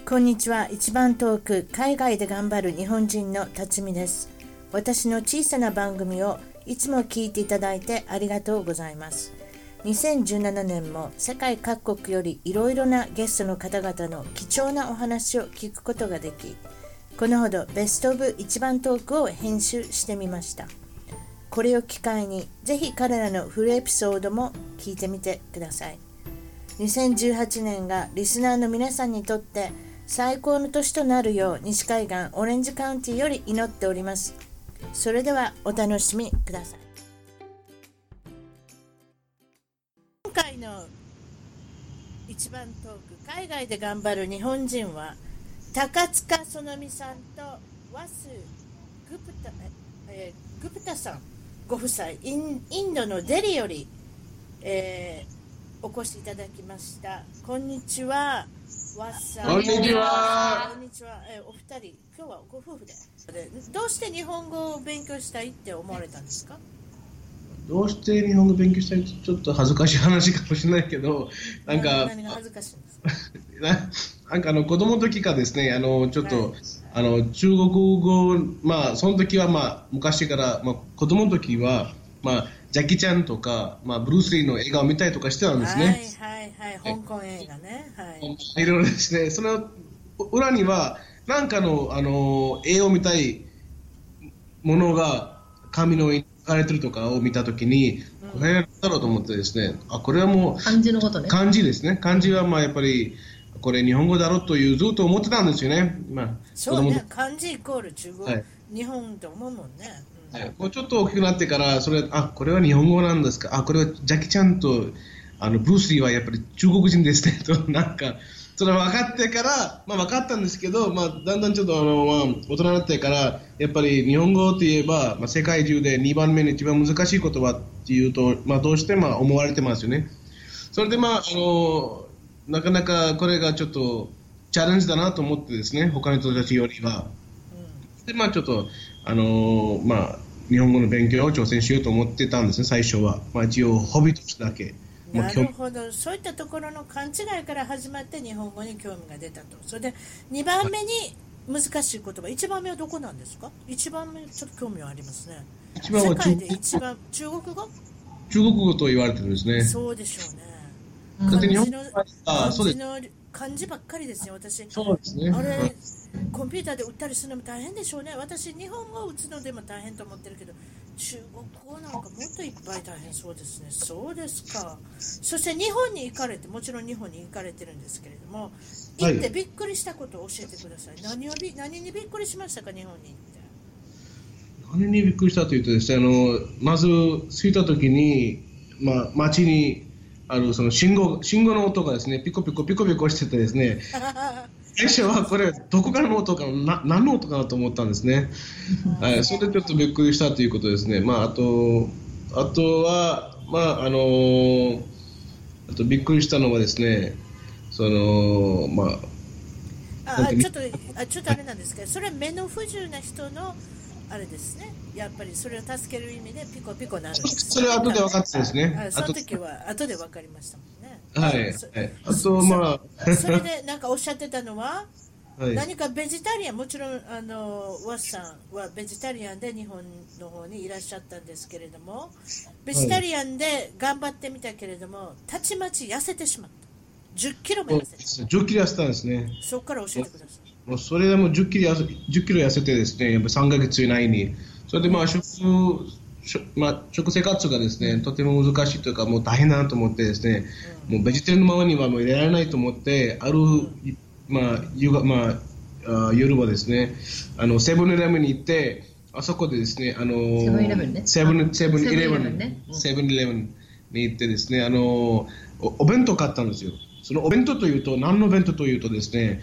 こんにちは。一番遠く海外で頑張る日本人の辰巳です。私の小さな番組をいつも聞いていただいてありがとうございます。2017年も世界各国よりいろいろなゲストの方々の貴重なお話を聞くことができ、このほどベストオブ一番トークを編集してみました。これを機会にぜひ彼らのフルエピソードも聞いてみてください。2018年がリスナーの皆さんにとって最高の年となるよう西海岸オレンジカウンティより祈っております。それではお楽しみください。今回の一番トーク海外で頑張る日本人は高塚そのみさんとワスグプタさんご夫妻インドのデリより、お越しいただきました。こんにちは。ワッサン。 こんにちは。 こんにちは。お二人、今日はご夫婦で。どうして日本語を勉強したいって思われたんですか？ どうして日本語勉強したい？ちょっと恥ずかしい話かもしれないけど、 何が恥ずかしいんですか？ なんか子供の時からですね、ちょっと、はい、中国語、その時は昔から、子供の時は、ジャッキーちゃんとか、ブルース・リーの映画を見たりとかしてたんですね。 はいはいはい、香港映画ね。はい。 いろいろですね、その裏には、なんかの、絵を見たいものが、紙の書かれてるとかを見たときに、これだろうと思ってですね、これはもう、 漢字のことね。 漢字ですね。漢字はやっぱり、これ日本語だろうというずっと思ってたんですよね。 そうね、漢字イコール中国、 はい、 日本と思うもんね。 もうちょっと大きくなってから、これは日本語なんですか、これはジャッキーちゃんと、ブルース・リーはやっぱり中国人ですね、と、なんか、それ分かってから、分かったんですけど、だんだんちょっと大人になってから、やっぱり日本語といえば、世界中で2番目に一番難しい言葉っていうと、どうしても思われてますよね。それでなかなかこれがちょっとチャレンジだなと思ってですね、他の人たちよりは。で、ちょっと、日本語の勉強を挑戦しようと思ってたんですね、最初は。一応、ホビーとしてだけ。 なるほど。そういったところの勘違いから始まって日本語に興味が出たと。それで、2番目に難しい言葉、1番目はどこなんですか？1番目、ちょっと興味はありますね。世界で一番、中国語？ 中国語と言われてるんですね。 そうでしょうね。漢字ばっかりですよ、私。 そうですね。 あれ、コンピューターで打ったりするのも大変でしょうね。私、日本語を打つのでも大変と思ってるけど、中国語なんかもっといっぱい大変そうですね。そうですか。そして日本に行かれて、もちろん日本に行かれてるんですけれども、行ってびっくりしたことを教えてください。何にびっくりしましたか、日本に行って。 何にびっくりしたというとですね、まず着いたときに、街に、その信号の音がですね、ピコピコピコピコしててですね、最初はこれ、どこからの音か何の音かなと思ったんですね。それでちょっとびっくりしたということですね。あとは、あとびっくりしたのはですね、 ちょっとあれなんですけど、それは目の不自由な人のあれですね。やっぱりそれを助ける意味でピコピコなるんです、 それは後で分かったですね。 その時は後で分かりましたもんね。 はい。あとそれでなんかおっしゃってたのは、何かベジタリアン、もちろんワッさんはベジタリアンで日本の方にいらっしゃったんですけれども、ベジタリアンで頑張ってみたけれども、たちまち痩せてしまった。10キロも痩せてしまった。 10キロ痩せたんですね。 そこから教えてください。 もうそれでも10キロ痩せてですね、やっぱ3ヶ月以内に。それで食生活がですね、とても難しいというか、もう大変だなと思ってですね、もうベジタリアンのままにはもう入れられないと思って、夜はですね、セブンイレブンに行って、あそこでですね、セブンイレブンに行ってですね、お弁当買ったんですよ。そのお弁当というと、何の弁当というとですね、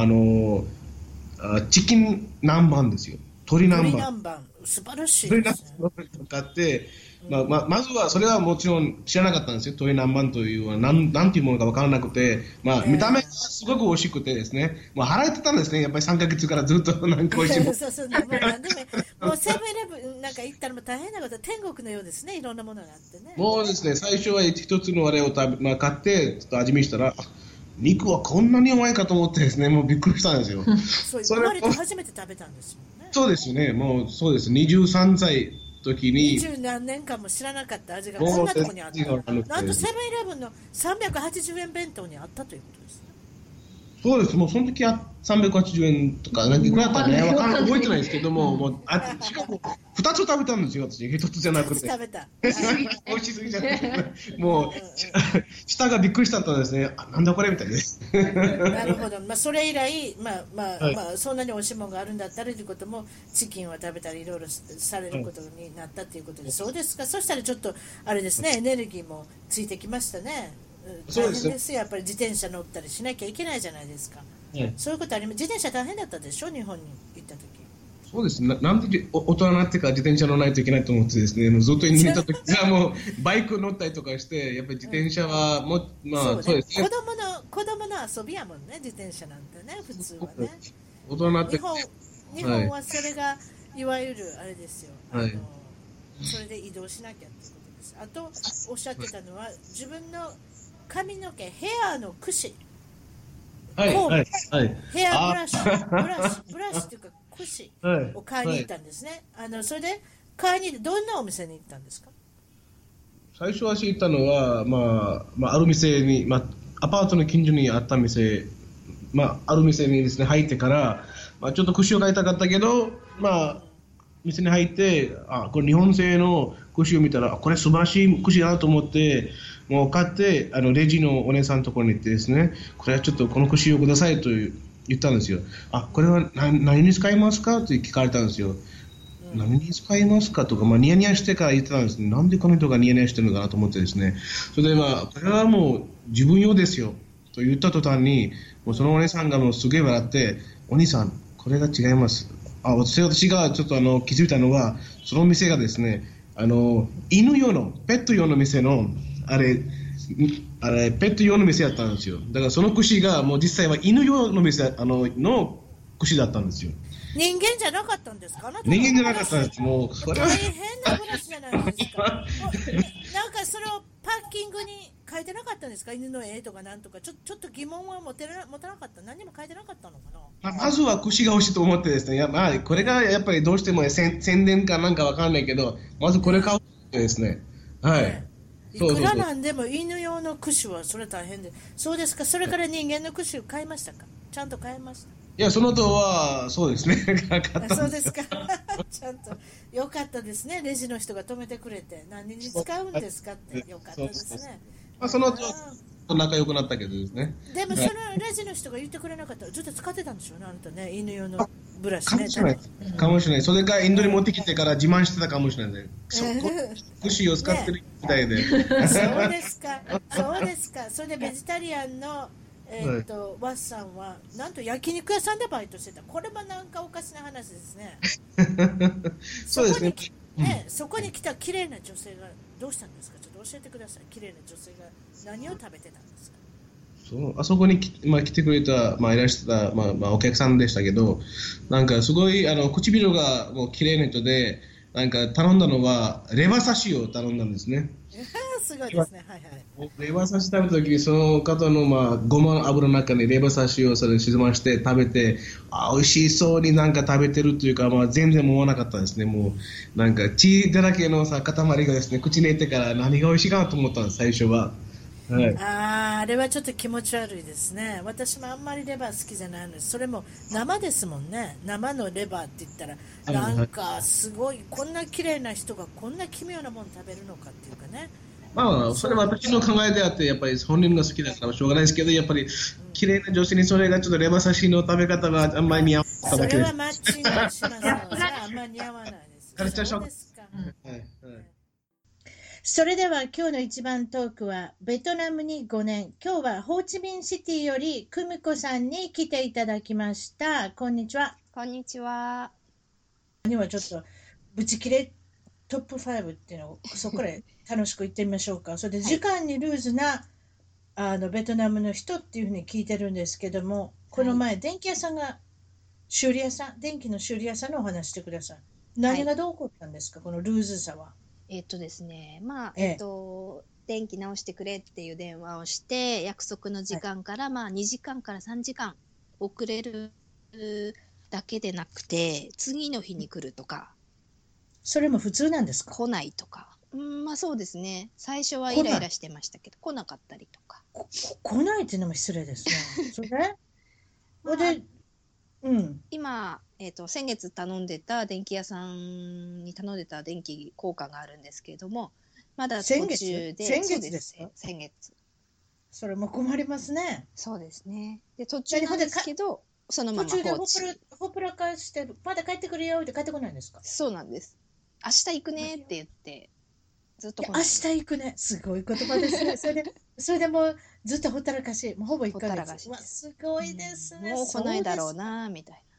チキン南蛮ですよ。鶏南蛮。 素晴らしいですね。 鶏南蛮を買って、まずはそれはもちろん知らなかったんですよ。鶏南蛮というのは何ていうものか分からなくて、見た目がすごく美味しくてですね、腹減ってたんですね。やっぱり3ヶ月からずっとなんか美味しいもの。 そうもうセブンイレブンなんか行ったらもう大変なこと、天国のようですね。いろんなものがあってね。 もうですね、最初は一つのあれを買ってちょっと味見したら、 肉はこんなにうまいかと思ってですね、もうびっくりしたんですよ。 そう生まれて初めて食べたんですもんね。 そうですね、もうそうです、23歳の時に、 20何年間も知らなかった味がこんなとこにあった。なんとセブンイレブンの380円弁当にあったということですね。 そうです、もうその時は380円とか、いくらだったかね、覚えてないですけども、もうしかも2つ食べたんですよ、私、1つじゃなくて。 食べた。 美味しすぎちゃって、もう、舌がびっくりしたんですね、なんだこれみたいな。 なるほど、それ以来、そんなに美味しいものがあるんだったらということも、チキンを食べたり、いろいろされることになったということで、そうですか、そしたらちょっと、あれですね、エネルギーもついてきましたね。大変ですよ、やっぱり自転車乗ったりしなきゃいけないじゃないですか。そういうことあります。自転車大変だったでしょ、日本に行った時。 そうですね、なんで大人になってから自転車乗らないといけないと思ってですね、ずっと寝た時はもうバイク乗ったりとかして、やっぱり自転車はもう、そうですね。 子供の遊びやもんね、自転車なんてね、普通はね。 大人になって日本はそれが、いわゆるあれですよ、それで移動しなきゃっていうことです。あと、おっしゃってたのは、自分の髪の毛、ヘアの櫛、ヘアブラシっていうか、櫛を買いに行ったんですね。それで買いに行って、どんなお店に行ったんですか？ 最初は知ったのは、ある店に、アパートの近所にあった店、ある店にですね、入ってから、ちょっと櫛を買いたかったけど、店に入って、これ日本製の櫛を見たら、これ素晴らしい櫛だなと思って、もう買って、レジのお姉さんのところに行ってですね、これはちょっとこの櫛をくださいと言ったんですよ。これは何に使いますかと聞かれたんですよ。何に使いますかとか、ニヤニヤしてから言ってたんですね。なんでこの人がニヤニヤしてるのかなと思ってですね。それでこれはもう自分用ですよと言った途端に、もうそのお姉さんがもうすげえ笑って、お兄さん、これが違います。私がちょっと気づいたのは、その店がですね、犬用の、ペット用の店の、ペット用の店だったんですよ。だからその櫛がもう実際は犬用の店、の櫛だったんですよ。 人間じゃなかったんですか？ 人間じゃなかったんです。もうそれは大変なブラシじゃないですか。なんかそれをパッキングに書いてなかったんですか？犬の絵とかなんとかちょっと疑問は持たなかった。何も書いてなかったのかな。 まずは櫛が欲しいと思ってですね、これがやっぱりどうしても宣伝かなんかわかんないけど、まずこれ買うってですね。はい。 いくらなんでも犬用の櫛はそれ大変で。そうですか。それから人間の櫛を買いましたか？ちゃんと買いました。 いや、その後はそうですね。買ったんです。 そうですか。ちゃんとよかったですね。レジの人が止めてくれて、何に使うんですかってよかったですね。 その後仲良くなったけどですね。 でもそのレジの人が言ってくれなかったらずっと使ってたんでしょうね、あなたね、犬用のブラシね。 かもしれない。それがインドに持ってきてから自慢してたかもしれない。櫛を使ってるみたいで。 そうですか。そうですか。それでベジタリアンのワッさんはなんと焼肉屋さんでバイトしてた。これもなんかおかしな話ですね。 そうですね。 そこに来た綺麗な女性がどうしたんですか？ちょっと教えてください。綺麗な女性が何を食べてたんですか？ あそこに来てくれた、いらしてた、お客さんでしたけど、なんかすごい唇がもう綺麗な人で、なんか頼んだのはレバ刺しを頼んだんですね。 すごいですね。はいはい。 レバ刺し食べた時、その方のごま油の中にレバ刺しをそれ沈まして食べて、美味しそうになんか食べてるというか、全然思わなかったですね。もうなんか血だらけの塊がですね、口に入れてから何が美味しいかなと思ったんです、最初は。はい、 あれはちょっと気持ち悪いですね。私もあんまりレバー好きじゃないのです。それも生ですもんね。生のレバーって言ったらなんかすごい、こんな綺麗な人がこんな奇妙なもの食べるのかっていうかね。 それは私の考えであって、やっぱり本人が好きだからしょうがないですけど、やっぱり綺麗な女性にそれがちょっとレバ刺しの食べ方があんまり似合わなかっただけです。 それはマッチングしますよ。それはあんまり似合わないです。そうですか。それでは今日の一番トークはベトナムに5年。今日はホーチミンシティより久美子さんに来ていただきました。こんにちは。 こんにちは。 にはちょっとブチ切れトップ5っていうのをそこから楽しく言ってみましょうか。それで時間にルーズなベトナムの人っていうふうに聞いてるんですけども、この前電気の修理屋さんのお話してください。何がどう起こったんですか、このルーズさは。 ですね、まあ、 ええ。 電気直してくれっていう電話をして、約束の時間から、まあ、2時間から3時間遅れるだけでなくて、次の日に来るとか、 それも普通なんですか？ 来ないとか。まあそうですね。最初はイ来ない。 ライラしてましたけど、来なかったりとか。 来ないっていうのも失礼ですね。それで、 まあ、 で、うん。 今、先月頼んでた電気屋さんに頼んでた電気交換があるんですけれども、まだ途中で、 先そうです、 月ですか？ 先月。 それも困りますね。 そうですね。で、途中何ほんでなんですけど、そのまま途中で放置。 ほっぽらかして、まだ帰ってくるよって帰ってこないんですか？ そうなんです。明日行くいや、 ねって言って、ずっといや明来ないんです。 日行くね。すごい言葉ですね。それでもうずっとほったらかし、もうほぼ1 ほったらかヶ月。うわ、 しです。 すごいですね。 もう来ないだろうそうですか。 な、みたい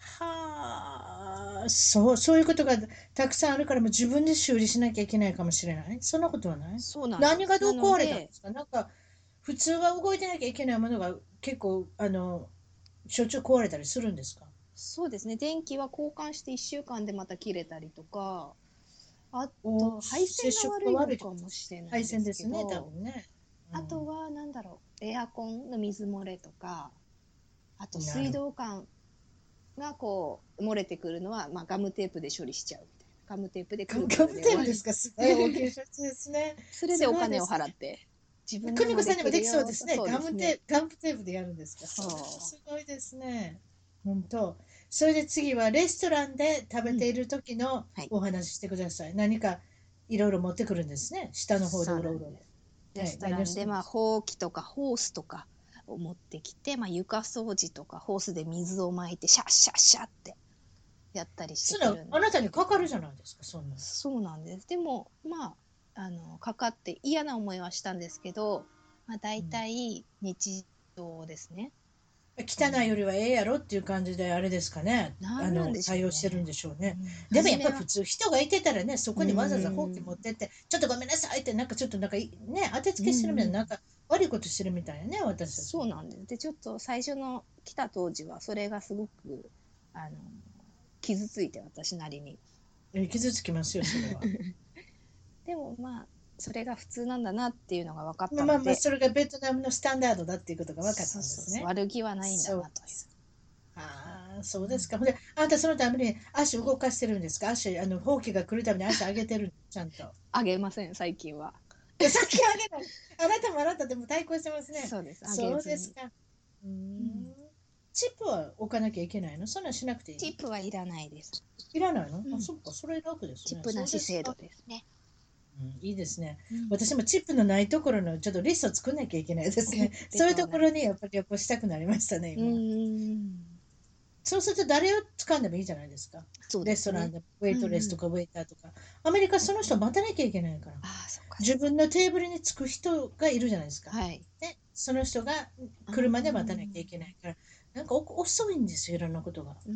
はあ、そういうことがたくさんあるからもう自分で修理しなきゃいけないかもしれない。そんなことはなな。 い？ そうなんです。な何がどう壊れたんでので、 すか？なんか、普通は動いてなきゃいけないものが結構、しょっちゅう壊れたりするんですか？ そうですね。電気は交換して1週間でまた切れたりとか、あお、 と配接線が触が悪いの悪いってことです。 かもしれない配んです線ですね、多けど、 分ね。 あとはなんだろう、エアコンの水漏れとか、あと水なるほど。 道管がこう漏れてくるのは、まあ、ガムテープで処理しちゃうみたいな。ガムテープでくるくガムるで終わり。 テープですか？すごい大きい処置ですね。 それですお金をごいですね。 払って、自分で久美子もできるさんにもできそうでよと。 すね。 そうですね。 ガムテープでやるんですか？ そそれもすごいですね。本当。それで次はレストランで食う。うん。 べている時のはい。 お話ししてください。何かいろいろ持ってくるんですね。下の方でそううろうろ。 なんです。レはい。 スト何ランで、まあ、 をするんです？ ほうきとかホースとかを持ってきて、まあ、床掃除とかホースで水をまいて、シャッシャッシャッってやったりしてそんな、 くるんあなたにかですけど、 かるじゃないですか、そんな。 そうなんです。でも、まあ、かかって嫌な思いはしたんですけど、まあ、大うん。 体日常ですね。う汚いよりん。 はええやろっていう感じであれですかね。 なんなんでしょう対応してるんね。 でしょうね。 うん。 でもやっ初めは、 ぱり普通人がいてたらね、そうこにわざわざほうきん。 持ってって、ちょっとごめんなさいって、なんかちょっとなんかね、当てつうんけしてるみたいな、なんうん。 か悪いことしてるみたいなね、私たちも。 そうなんです。で、ちょっと最初の来た当時は、それがすごく、あの、傷ついて、私なりに。 傷つきますよ、それは。 でもまあ、それが普通なんだなっていうのが分かっまあまあまあ、 たので、 それがベトナムのスタンダードだっていうことが分かっそうそうそう、 たんですね。 悪気はないんだなという。 そうです。ああ、そううん。 ですか。ほんで、あなたそのために足動かしてるんですか？足、ほうきが来るために足上げてるちゃんと。 あげません、最近は。 さっきあげない。あなたもあなたでも対抗してますね。 そうです、あげそうずに。 ですか。うーうん。 ん。チップは置かなきゃいけないの？そんなんしなくていいの？ チップはいらないです。 いらないの？あ、 うん。 そっか。それ楽ですね。 チップなし制度そうですか。 ですね。 うん、いいですね。 うん。 私もチップのないところのちょっとリスト作んなきゃいけないですね。 ベそういうところトナム。 にやっぱり旅行したくなりましたね、 う今。 ん。 そうすると誰を掴んでもいいじゃないですか。 そうですね。 レストランでもウェうんイトレスうん。 とかウェイターとか。アメリカその人待たなきゃいけないから。 ああ、そっかそっか。 自分のテーブルに着く人がいるじゃないですか。 はい。 で、その人があ車で待たなきゃいあ。 けないから、なんか遅いんですよ、いろんなことが。 うん。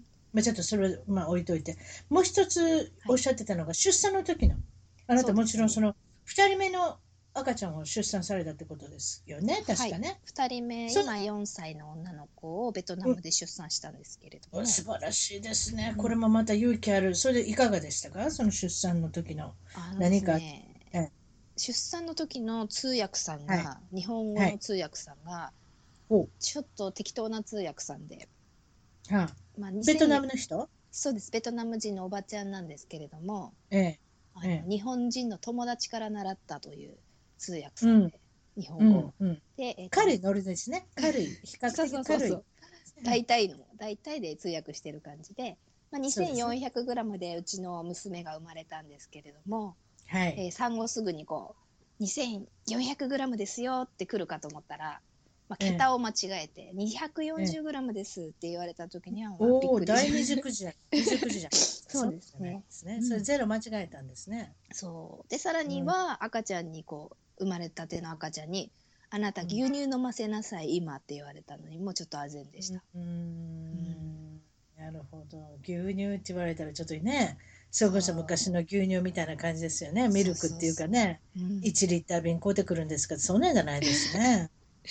まあ、ちょっとそれはまあ置いといて。もう一つはい。 おっしゃってたのが、出産の時の。あなそうたもですね。 ちろんその、二人目の赤ちゃんを出産されたってことですよね、 はい。 確かね。 2人目、 その、 今4歳の女の子をベトナうん、 ムで出産したんですけれども、 素晴らしいですね。 うん、 これもまた勇気ある。それでいかがでしたか？その出産の時のです何か。 ね、 え、 出産の時の通訳さんはい、 が、日本語はい。 の通訳さんが、 お、 ちょっと適当な通訳さんで、 はあ、 まあ、 ベトナ 2000、 ムの人？ そうです、ベトナム人のおばちゃんなんですけれども、 ええ、ええ、 日本人の友達から習ったという通訳うん、 さんで、日うん、 本語を。 うん。 で、 軽いノリですね。軽い。比較そうそ的軽い。 うそうそう。大体で通訳してる感じで、まあ、 そうですね。 2400グラムでうちの娘が生まれたんですけれども、 はい。 産後すぐにこう、2400グラムですよって来るかと思ったら、まあ、 ええ、 桁を間違えて、240 ええ。 グラムですって言われた時には、まあ、びっおお、 くりし第二ました。 熟児じゃ、未熟児じゃないですか。 そうそうじゃないですね。 ですね。それうん。 ゼロ間違えたんですね。 そう。で、さらうん、 には赤ちゃんにこう、生まれたての赤ちゃんに、あなたうん、 牛乳飲ませなさい、今って言われたのに、もうちょっと唖然でした。 ううん。 ん。なるほど。牛乳って言われたらちょっとね、それそこそ昔の牛乳みたいな感じですよね。 そうミルクっていうかそうそう。 ね、 うん。 1リッター瓶買うてくるんですけど、そんなんじゃないですね。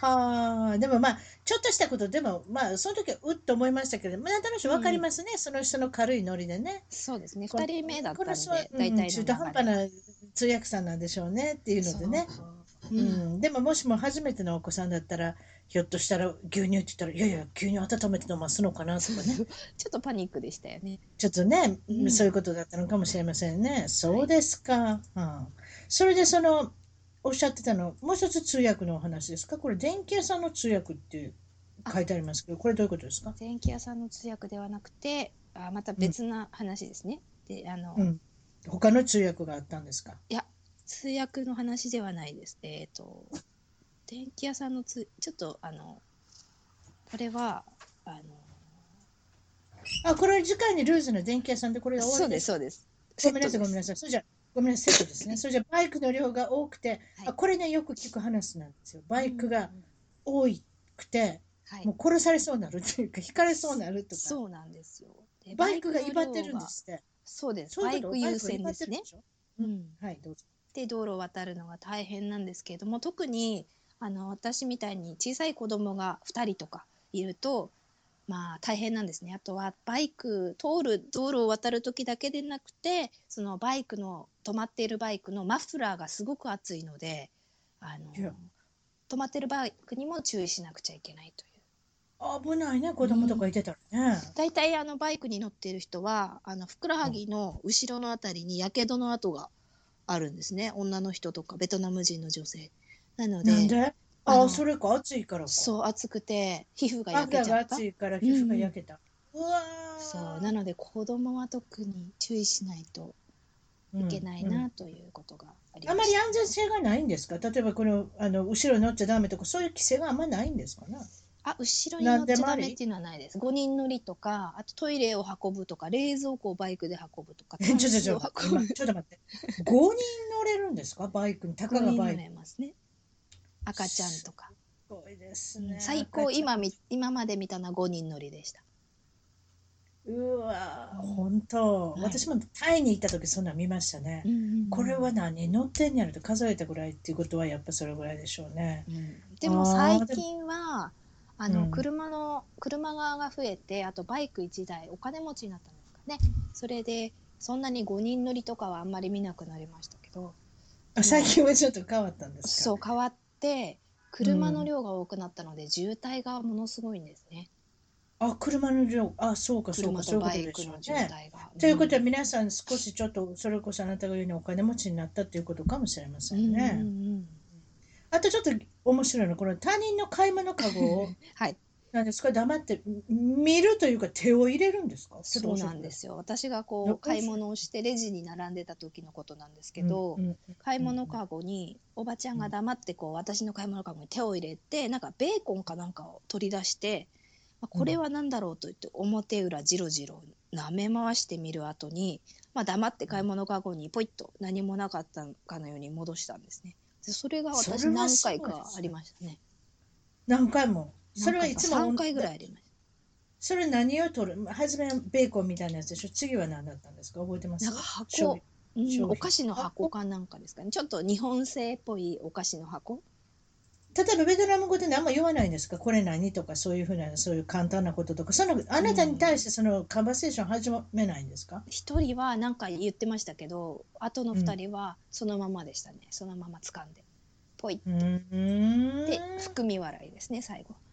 はあ、でもまあ、ちょっとしたことでも、まあ、その時はうっと思いましたけど、まあ、楽しい、わかりますね、その人の軽いノリでね。 そうですね。 こ 2人目だっこの人は、 たので、大体の中途半流れが。 端な通訳さんなんでしょうねっていうのそう。 でね。でももしも初めてのお子さんだったら、ひょっとしたら牛乳って言ったら、いやいや、牛乳温めて飲ますのかなとかね。 ちょっとパニックでしたよね。 ちょっとね、 うんそういうことだったのかもしれませんね。 はい。 そうですか。それでおっしゃってたの、もう一つ通訳のお話ですか？これ、電気屋さんの通訳ってあ、 書いてありますけど、これどういうことですか？ 電気屋さんの通訳ではなくて、またうん、 別な話ですね。で、 うん。他の通訳があったんですか？ いや、通訳の話ではないです。電気屋さんのちょっと、これは、あの、 これ次回にルーズの電気屋さんでこれが終わそうです、 りですか？ そうです。セごめんなさい、 ットです。 ごめんなさい。それじゃ、ごめんなさい、セットですね。それじゃ、バイクの量が多くて、 はい。 これね、よく聞く話なんですよ。バうんうんイクがうん。 多くて、 はい。 もう殺されそうになるというか、ひかれそうになるとか、 そうなんですよ。で、 バイクがバイクの威張ってるんで量が、 すって。 そうです。 そういうバイク優こと？バイクが威先ですね。 張ってるんでしょ？ うん。 はい、どうぞ。 で、道路を渡るのが大変なんですけれども、特に、私みたいに小さい子供が2人とかいると、まあ大変なんですね。あとは通る道路を渡る時だけでなくて、その止まっているバイクのマフラーがすごく熱いので、あの、 いや、 止まっているバイクにも注意しなくちゃいけないと危ないね、 いう。 子供とかいてたらね。 大体バイクに乗っている人はふくらはうんぎの後ろのあたりにやけどの跡があるんですね。女の人とかベトナム人の女性。なので、 なんで？ あの、 それか、暑いからか。 そう暑くて皮膚が焼けマフラーがちゃった。 暑いからうん皮膚がうん。 焼けた。うわそう。なので子供は特に注意しないとー。 いけないうん。 なということがありあまりました。 安全性がないんですか？例えば後ろに乗っちゃダメとか、そういう規制があんまないんですかね？ 後ろになん乗っでもあり？ ちゃダメっていうのはないです。5人乗りとか、あとトイレを運ぶとか、冷蔵庫をバイクで運ぶとか、タンスをち今、 運ぶ。 ちょっと待って。5人乗れるんですか？バイクに、たかが 5人乗バイク。 れますね。赤ちゃんすとか。 ごいですね。 最高赤ちゃん。 今まで見たのは5人乗りでした。 うわー、本当。 はい。 私もタイに行った時そんなん見ましたね。これは何乗ってんやろと数えたぐらいっていうことはやっぱそれぐらいでしょうね。 でも最でも、 近はうん。 車側が増えて、あとバイク1台お金持ちになったんですかね。それでそんなに5人乗りとかはあんまり見なくなりましたけど、で最も近はちょっと変わったんですか？ そう変わって車のうん。 量が多くなったので渋滞がものすごいんですね。 車の量、そうかそうか、 車とそういうこバイクのとでしょうね。 渋滞が。 ということは皆さん少しちょっと、それこそあなたが言うようにお金持ちになったっていうことかもしれませうんうんうんね。 ん。 あとちょっと面白いの、この他人の買い物かごを、 はい。 なんですか、黙って見るというか手を入れるんですか？ちょっとそう教えてくださなんですよ。私がい。 買い物をしてレジに並んでた時のことなんですけど、 うんうん買いうん物かごにおばちゃんがうん黙って私の買い物かごに手を入れて、なんかベーコンかなんかを取り出して、これうん。 は何だろうと言って表裏じろじろ舐め回してみる後に、黙って買い物かごにポイッと何もなかったかのように戻したんですね。でそれが私それは何回すごいでかありすね。 ましたね。 何回も。それはい何回か3 つも回ぐらいありました。 それ何を取る？初めはベーコンみたいなやつでしょ？次は何だったんですか？覚えてまなんかす？商品。商品。 お菓子の箱かなんかですかね。ちょっと日本製っぽいお菓子の箱。 例えばベトナム語で何も言わないんですか？これ何とかそういうふうな、そういう簡単なこととか、あうなたに対しん。 てそのカンバセーション始めないんですか？ 一人はなんか言ってましたけど、あとのうん。 二人はそのままでしたね。そのまま掴んで、ポイッと。 ーで、 ん。 含み笑いですね、最後。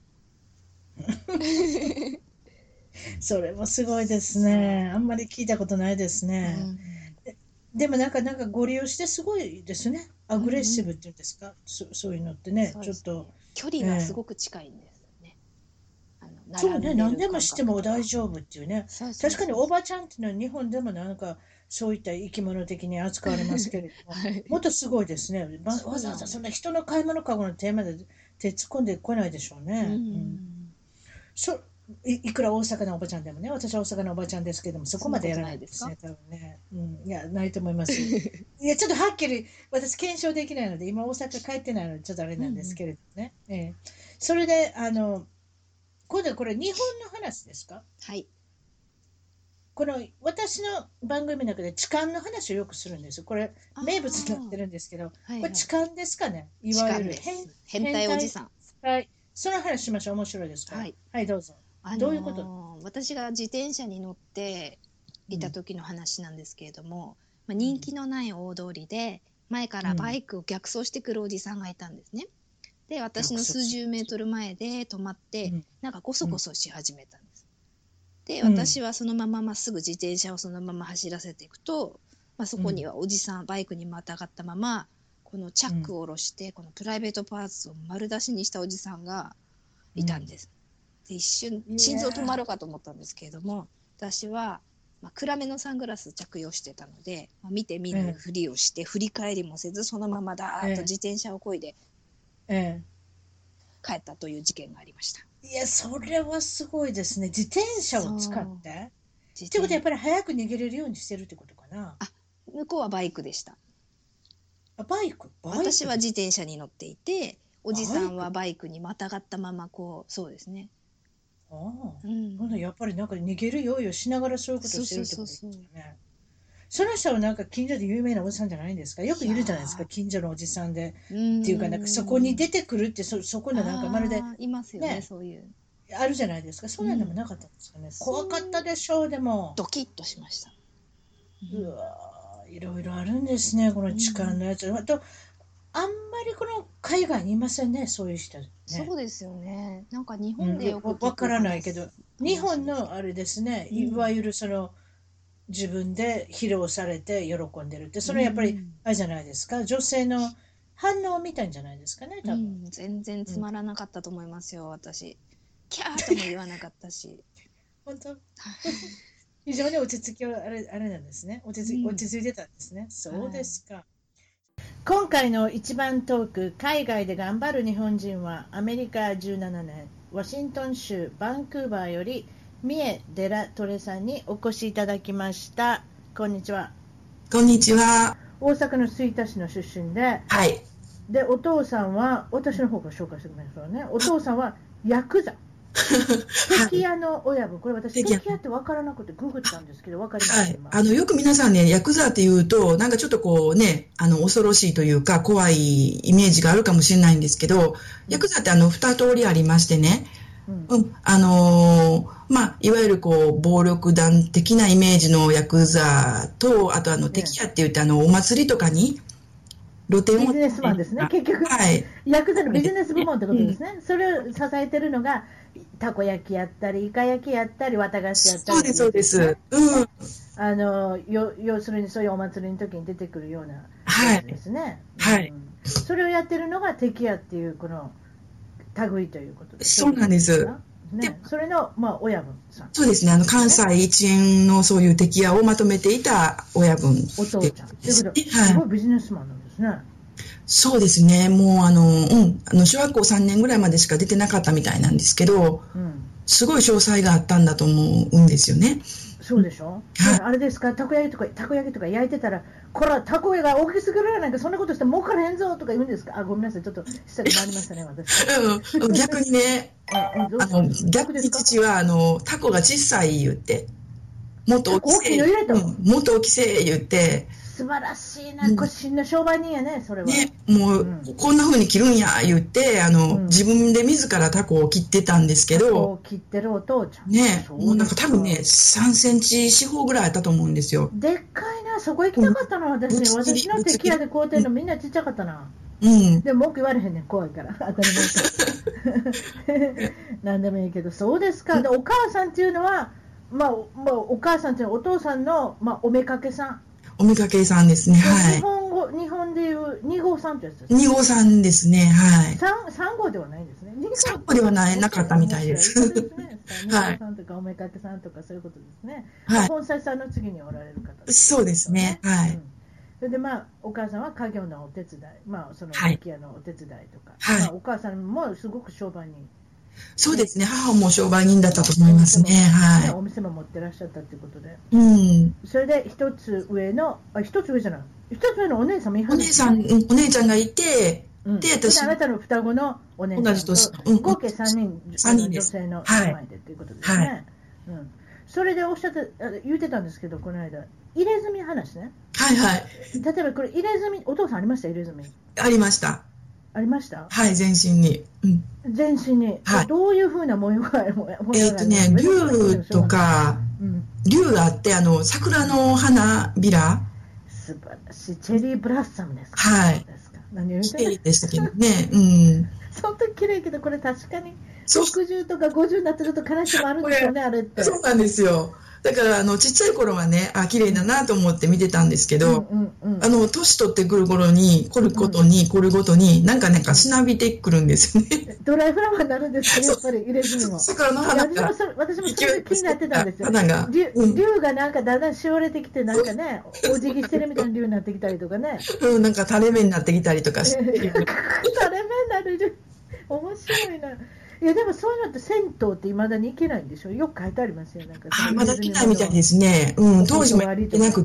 それもすごいですそね。あんまり聞いたことないですう。うね。 ん。 でもなんかご利用してすごいですね。アうんグレッうん。 シブっていうんですか？そういうのってね、 そうちょっと、 ですね。距離がすええごく近いんですね。 そうね、 並んでる何でもして感覚とか。 も大丈夫っていうね。 そうそう確かにそうそう。 おばちゃんっていうのは日本でもなんかそういった生き物的に扱われますけれども、 はい。 もっとすごいですね。 そうわざわざそんななんです。 人の買い物かごのテーマで手突っ込んでこないでしょううんうね。うん。 ん。 そいくら大阪のおばちゃんでもね、私は大阪のおばちゃんですけども、そこそんなことまでやらないですか？ ないですね、多分ね。いや、ないと思います。いや、ちょっとはっきり私検証できないので、今大阪帰ってないので、ちょっとあれうんうん。 なんですけれどもね。それで、今度はこれ日本の話ですか？ はい。 この私の番組の中で痴漢の話をよくするんですよ。これあ名物になっあ、 てるんですけど、 はいはい。 これ痴漢ですかね？い痴わゆる漢です。変変態、 態おじさん。 はい。その話しましょう。面白いですから。 はい。 はい、どうぞ。どういうこと？ 私が自転車に乗っていた時の話なんですけれども、人気のない大通りで前からバイクを逆走してくるおじさんがいたんですね。で、私の数十メートル前で止まって、なんかゴソゴソし始めたんです。で、私はそのまままっすぐ自転車をそのまま走らせていくと、そこにはおじさん、バイクにまたがったまま、このチャックを下ろして、このプライベートパーツを丸出しにしたおじさんがいたんです。で、一瞬心臓止まるかと思ったんですけれども、私は、暗めのサングラス着用してたので、見て見ぬふりをして、振り返りもせずそのままダーッと自転車を漕いで帰ったという事件がありました。 いや、それはすごいですね。自転車を使ってっていうことはやっぱり早く逃げれるようにしてるってことかな。 向こうはバイクでした。 バイク私は自転車に乗っていて、おじさんはバイクにまたがったままそうですね。 やっぱりなんか逃げる用意をしながらそういうことをしてるってことですよね。その人はなんか近所で有名なおじさんじゃないんですか？よくいるじゃないですか、近所のおじさんで。っていうか、なんかそこに出てくるって、そこのなんかまるで、 いますよね、そういう。 あるじゃないですか。そういうのもなかったんですかね。怖かったでしょう、でも。 ドキッとしました。 うわー、いろいろあるんですね、この痴漢のやつ。あと、あんまりこの海外にいませんね、そういう人、ね。 そうですよね。なんか日本でよく聞くわからないけど、日本のあれですね、いわゆるその、自分で披露されて喜んでるって、それはやっぱりあれじゃないですか、女性の反応みたいんじゃないですかね、多分。 全然つまらなかったと思いますよ、私。キャーとも言わなかったし。 本当非常に落ち着きはあれなんですね。落ち着いてたんですね。そうですか。今回の一番トーク、海外で頑張る日本人は、アメリカ17年、ワシントン州バンクーバーより、三重デラトレさんにお越しいただきました。こんにちは。 こんにちは。 大阪の吹田市の出身で、 はい。 で、お父さんは、私の方から紹介してくださいね。お父さんはヤクザ。敵屋の親分、これ私、敵屋って分からなくてググったんですけど、分かります？ はい。よく皆さんね、ヤクザって言うと、なんかちょっとこうね、恐ろしいというか、怖いイメージがあるかもしれないんですけど、ヤクザって二通りありましてね、いわゆるこう、暴力団的なイメージのヤクザと、あと敵屋って言って、お祭りとかに、 露店を。ビジネスマンですね、結局。 はい。 ヤクザのビジネス部門ってことですね。それを支えてるのが、たこ焼きやったり、イカ焼きやったり、綿菓子やったり、 そうです。 要するにそういうお祭りの時に出てくるようなやつですね。 はい。 それをやってるのが敵屋っていう、この類ということです。 そうなんです。 それの、親分さん。 そうですね。関西一円のそういう敵屋をまとめていた親分。 お父ちゃん。ということで、すごいビジネスマンなんですね。 そうですね。もう、小学校3年ぐらいまでしか出てなかったみたいなんですけど、すごい詳細があったんだと思うんですよね。 そうでしょ、あれですか、たこ焼きとか焼いてたら、こら、たこ焼きが大きすぎるやないか、そんなことして儲からへんぞとか言うんですか？ごめんなさい、ちょっと下に回りましたね、私。 逆にね、逆に父は、タコが小さい言って、もっと大きせ言って、 素晴らしいな、個人の商売人やね、それは。 ね、もう、こんな風に切るんや、言って、自分で自らタコを切ってたんですけど。タコを切ってるお父ちゃん。 ね、もうなんか多分ね、3センチ四方ぐらいあったと思うんですよ。 でっかいな、そこ行きたかったな、私の敵屋で買うてるのみんなちっちゃかったな。でも文句言われへんねん、怖いから。当たり前か。なんでもいいけど、そうですか。で、お母さんっていうのは、お母さんっていうのはお父さんの、おめかけさん。 お見かけさんですね。はい。 日本でいう2号さんってやつですね。2号さんですね。はい。 3号ではないですね。 3号ではなかったみたいです。 そうですね。2号さんとかおめかけさんとかそういうことですね。はい。本妻さんの次におられる方です。 そうですね。はい。 それでお母さんは家業のお手伝い、その敵屋のお手伝いとか、お母さんもすごく商売人。 そうですね。母も商売人だったと思いますね。はい。 お店も持ってらっしゃったということで。 それで一つ上のお姉さんもいはるんですか？お姉ちゃんがいて、 で、私。あなたの双子のお姉さんと、合計3人、女性の姉妹でということですね。それで言ってたんですけど、この間、入れ墨話ね。 はいはい。 例えばこれ、入れ墨、お父さんありました？入れ墨。 ありました。 ありました？ はい、全身に。 全身に。 はい。 どういうふうな模様があるの？ 竜とか、竜があって、桜の花びら。 素晴らしい。チェリーブラッサムですか？ はい。 何を言って綺麗でしたけどね。 そんな綺麗けど、これ確かにそう 60とか50になってちょっと悲しみもあるんですよね、あれって。 そうなんですよ。だから、ちっちゃい頃はね、綺麗だなと思って見てたんですけど、年取ってくる頃に、凝るごとに、なんかしなびてくるんですよね。 ドライフラワーになるんですか、やっぱり入れ墨も。 桜の花が。 私もそれ気になってたんですよ。竜がなんかだんだんしおれてきて、なんかね、お辞儀してるみたいな竜になってきたりとかね。 なんか垂れ目になってきたりとかして。垂れ目になる竜。面白いな。いやでもそういうのって銭湯っていまだに行けないんでしょ？よく書いてありますよ。なんかまだ行けないみたいですね。当時も行ってなくって、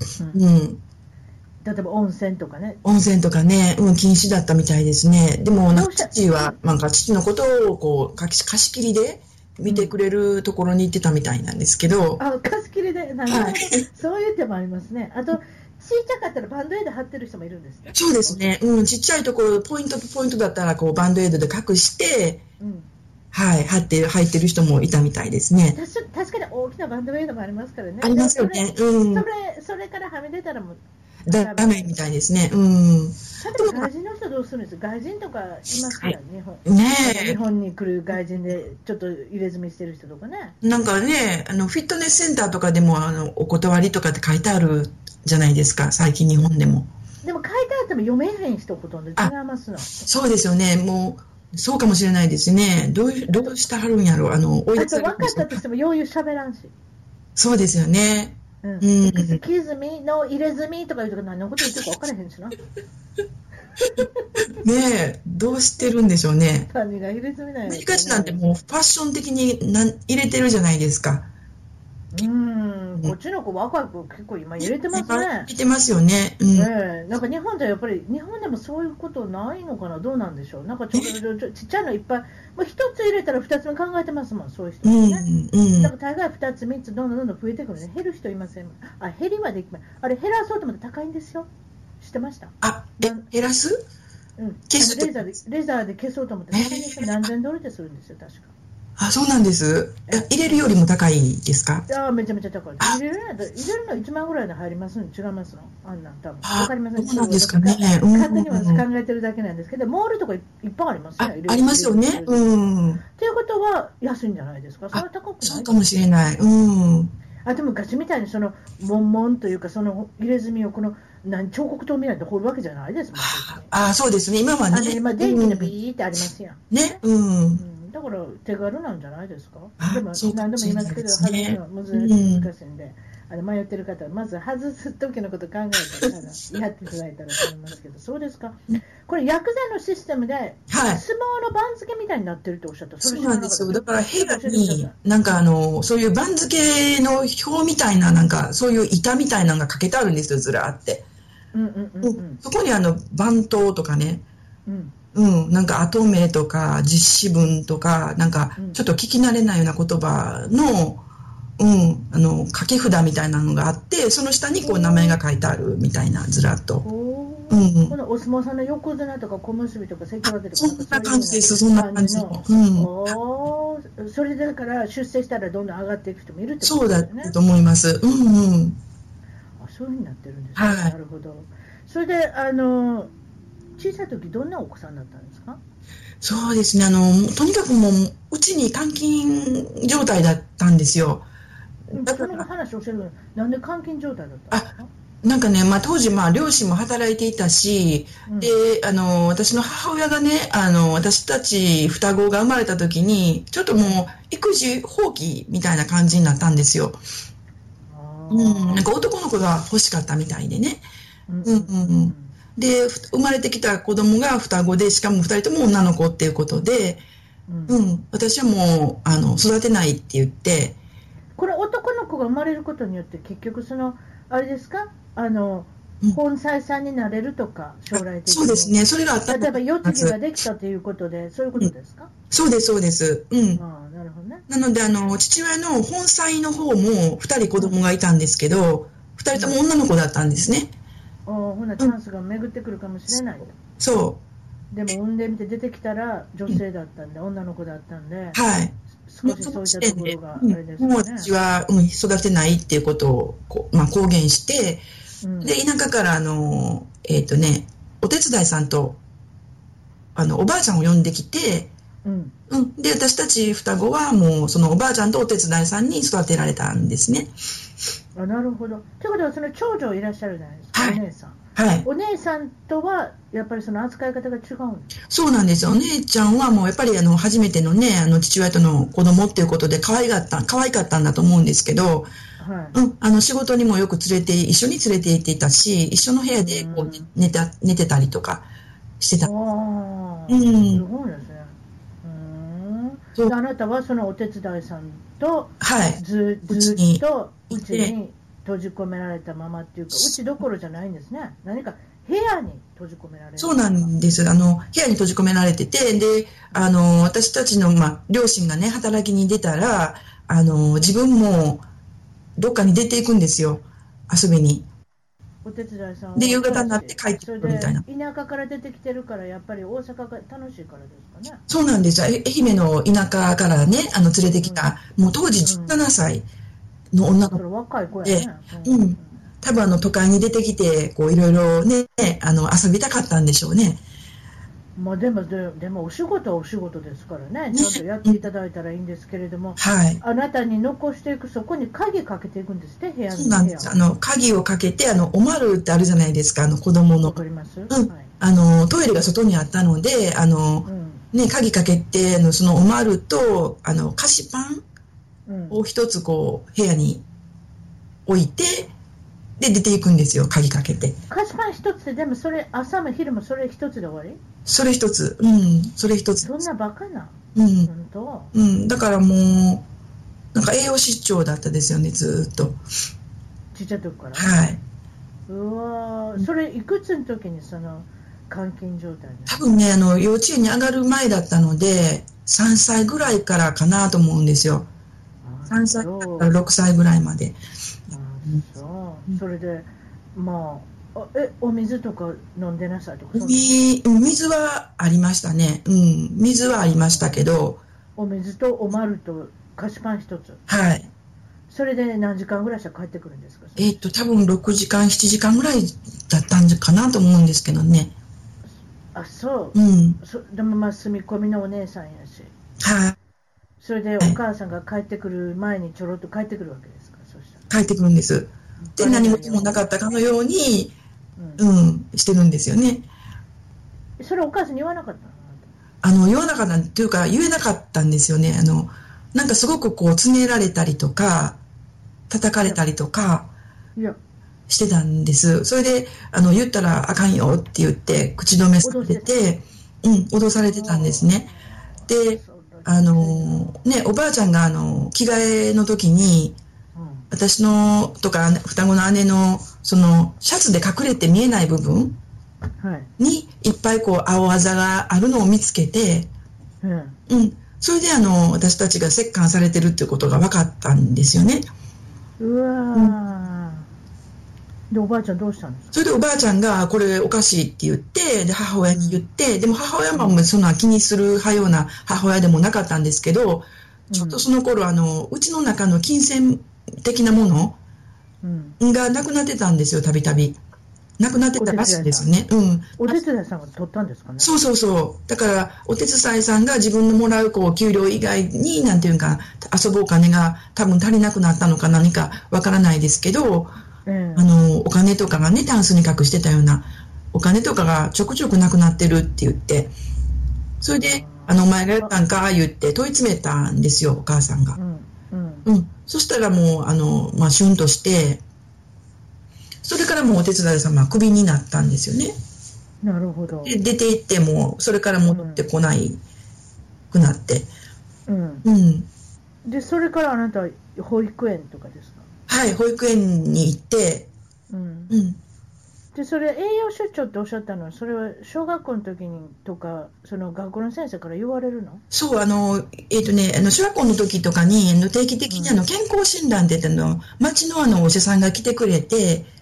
例えば温泉とかね。 温泉とかね、禁止だったみたいですね。でも父はなんか父のことをこう貸し切りで見てくれるところに行ってたみたいなんですけど。 貸し切りで、そういう手もありますね。あとちっちゃかったらバンドエイド貼ってる人もいるんですね。 そうですね。ちっちゃいところ、ポイントとポイントだったら、こう、バンドエイドで隠して、はい、入ってる人もいたみたいですね。 確かに大きなバンドエイドもありますからね。 ありますよね。 それからはみ出たらもう、 ダメみたいですね。 例えば外人の人どうするんですか？外人とかいますから、日本。日本に来る外人で、ちょっと入れ墨してる人とかね。 なんかね、フィットネスセンターとかでも、お断りとかって書いてあるじゃないですか、最近日本でも。 でも書いてあっても読めへん人ほとんど違いますの。 そうですよね。もう、そうかもしれないですね。どうしてはるんやろ。 あと分かったとしても、よう喋らんし。 そうですよね。 エクスキューズミの入れ墨とかいうとか何のこと言ってるか分からへんしな。ねえ、どうしてるんでしょうね。 何が入れ墨なんや。 アメリカ人なんてもうファッション的に入れてるじゃないですか。 こっちの子若い子結構今入れてますね。 入れてますよね。 なんか日本じゃやっぱり日本でもそういうことないのかな、どうなんでしょう。なんかちっちゃいのいっぱい、もう一つ入れたら二つ目考えてますもん、そういう人ね。なんか大概二つ三つどんどん増えてくるね。減る人いません。減りはできない。あれ減らそうと思って高いんですよ。知ってました？ 減らす？ 消すとレーザーで消そうと思って高いんですよ。何千ドルってするんですよ、確か。 そうなんです。入れるよりも高いですか？ めちゃめちゃ高い。入れるの1万ぐらいで入りますのに違いますの？あんなん多分。わかりません。 そうなんですかね。 勝手には考えてるだけなんですけど、モールとかいっぱいありますね。 ありますよね。ということは安いんじゃないですか？それは高くない？ そうかもしれない。 でも昔みたいにその文というかその入れ墨をこの彫刻刀みたいに彫るわけじゃないですもん。 そうですね。今はね。 今電気のビーってありますやん。 ね。 だから手軽なんじゃないですか？でも何度も言いますけど、外すのは難しいんで、迷ってる方はまず外す時のこと考えてからやっていただいたらと思いますけど、そうですか？これヤクザのシステムで相撲の番付みたいになってるっておっしゃった。 そうなんですよ。だから部屋になんかそういう番付の表みたいな、なんかそういう板みたいなのがかけてあるんですよ、ずらーって。そこに番頭とかね。なんか後名とか実子文とか、なんかちょっと聞き慣れないような言葉の、掛け札みたいなのがあって、その下にこう名前が書いてあるみたいな、ずらっと。このお相撲さんの横綱とか小結とか関脇とか、 そんな感じです、そんな感じの。 それだから出世したらどんどん上がっていく人もいるってことですね。そうだと思います。 そういうふうになってるんですね。なるほど。それで小さい時どんなお子さんだったんですか？ そうですね。とにかくもううちに監禁状態だったんですよ。 その話を教えるのに、なんで監禁状態だったんですか？ なんかね、当時両親も働いていたし、で私の母親がね、私たち双子が生まれた時にちょっともう育児放棄みたいな感じになったんですよ。なんか男の子が欲しかったみたいでね。で生まれてきた子供が双子で、しかも2人とも女の子っていうことで、私はもう育てないって言って。 これ男の子が生まれることによって結局あれですか、本妻さんになれるとか将来的に。 そうですね。それがあった。 例えば世継ぎができたということで、そういうことですか？ そうですそうです。なるほどね。 なので父親の本妻の方も2人子供がいたんですけど、2人とも女の子だったんですね。 ほなチャンスが巡ってくるかもしれないと。 そでも産んでみて出てきたら女性だったんで、女の子だったんで、 はい。 少しそういったところがあれですもうかね。 私は、育てないっていうことを公言して、で、田舎から、お手伝いさんと、おばあちゃんを呼んできて、で、私たち双子はもう、そのおばあちゃんとお手伝いさんに育てられたんですね。 なるほど。ということは、その長女いらっしゃるじゃないですか、 はい、 お姉さん。 はい。 お姉さんとは、やっぱりその扱い方が違うんですか？ そうなんですよ。お姉ちゃんはもうやっぱり初めてのね、父親との子供っていうことで可愛かったんだと思うんですけど、仕事にもよく一緒に連れて行っていたし、一緒の部屋でこう寝てたりとかしてた。 すごいですね。あなたはそのお手伝いさんと、ずっとうちに閉じ込められたままっていうか、うちどころじゃないんですね。何か部屋に閉じ込められる。 そうなんです。部屋に閉じ込められてて、で、私たちの、両親がね、働きに出たら、自分もどっかに出ていくんですよ。遊びに。 お手伝いさんは。 で、夕方になって帰ってくるみたいな。 田舎から出てきてるから、やっぱり大阪が楽しいからですかね。 そうなんですよ。愛媛の田舎からね、連れてきた、もう当時17歳の女の子で、 若い子やね。 多分都会に出てきて、こういろいろね、遊びたかったんでしょうね。 でもお仕事はお仕事ですからね、ちゃんとやっていただいたらいいんですけれども、あなたに残していく、そこに鍵かけていくんですって、部屋に。 そうなんです。鍵をかけて、おまるってあるじゃないですか、子供の。 わかります？ トイレが外にあったので、鍵かけて、そのおまると、菓子パンを一つこう、部屋に置いて、で、出ていくんですよ、鍵かけて。 菓子パン一つで、でもそれ、朝も昼もそれ一つで終わり？ それ一つ。それ一つ。 そんなバカな。 本当？だからもう、なんか栄養失調だったですよね、ずーっと。 ちっちゃい時から？ はい。 それいくつの時にその監禁状態に？ 多分ね、幼稚園に上がる前だったので、3歳ぐらいからかなと思うんですよ。3歳から6歳ぐらいまで。 それで、お水とか飲んでなさいとか。 水はありましたね。水はありましたけど。 お水とおまると菓子パン一つ。 はい。 それで何時間ぐらいしたら帰ってくるんですか？ 多分6時間、7時間ぐらいだったんかなと思うんですけどね。 そう。でも住み込みのお姉さんやし。 はい。 それでお母さんが帰ってくる前にちょろっと帰ってくるわけですか？そしたら帰ってくるんです。で、何事もなかったかのように、してるんですよね。 それお母さんに言わなかったの？言わなかったっていうか、言えなかったんですよね。なんかすごくこう、つねられたりとか、叩かれたりとか、してたんです。それで、言ったらあかんよって言って、口止めされて、脅されてたんですね。で、おばあちゃんが着替えの時に、私のとか双子の姉のそのシャツで隠れて見えない部分にいっぱいこう青あざがあるのを見つけて、それで私たちが折檻されてるっていうことが分かったんですよね。 でおばあちゃんどうしたんですか？ それでおばあちゃんがこれおかしいって言ってで母親に言って、でも母親もそんな気にするような母親でもなかったんですけど、ちょっとその頃うちの中の金銭的なものがなくなってたんですよ、たびたび。なくなってたらしいんですよね。 お手伝いさんが取ったんですかね？ そうそうそう。だから、お手伝いさんが自分のもらう給料以外に、なんていうか、遊ぶお金が多分足りなくなったのか何かわからないですけど、お金とかがね、タンスに隠してたようなお金とかがちょくちょくなくなってるって言って、それで、お前がやったんか言って問い詰めたんですよ、お母さんが。そしたらもう、シュンとして、それからもうお手伝い様はクビになったんですよね。 なるほど。 で出て行っても、それから戻ってこないくなって。 で、それからあなたは保育園とかですか？ はい、保育園に行って、 で、それ栄養出張っておっしゃったのは、それは小学校の時にとか、その学校の先生から言われるの？ そう、小学校の時とかに定期的に健康診断って言って町のお医者さんが来てくれて、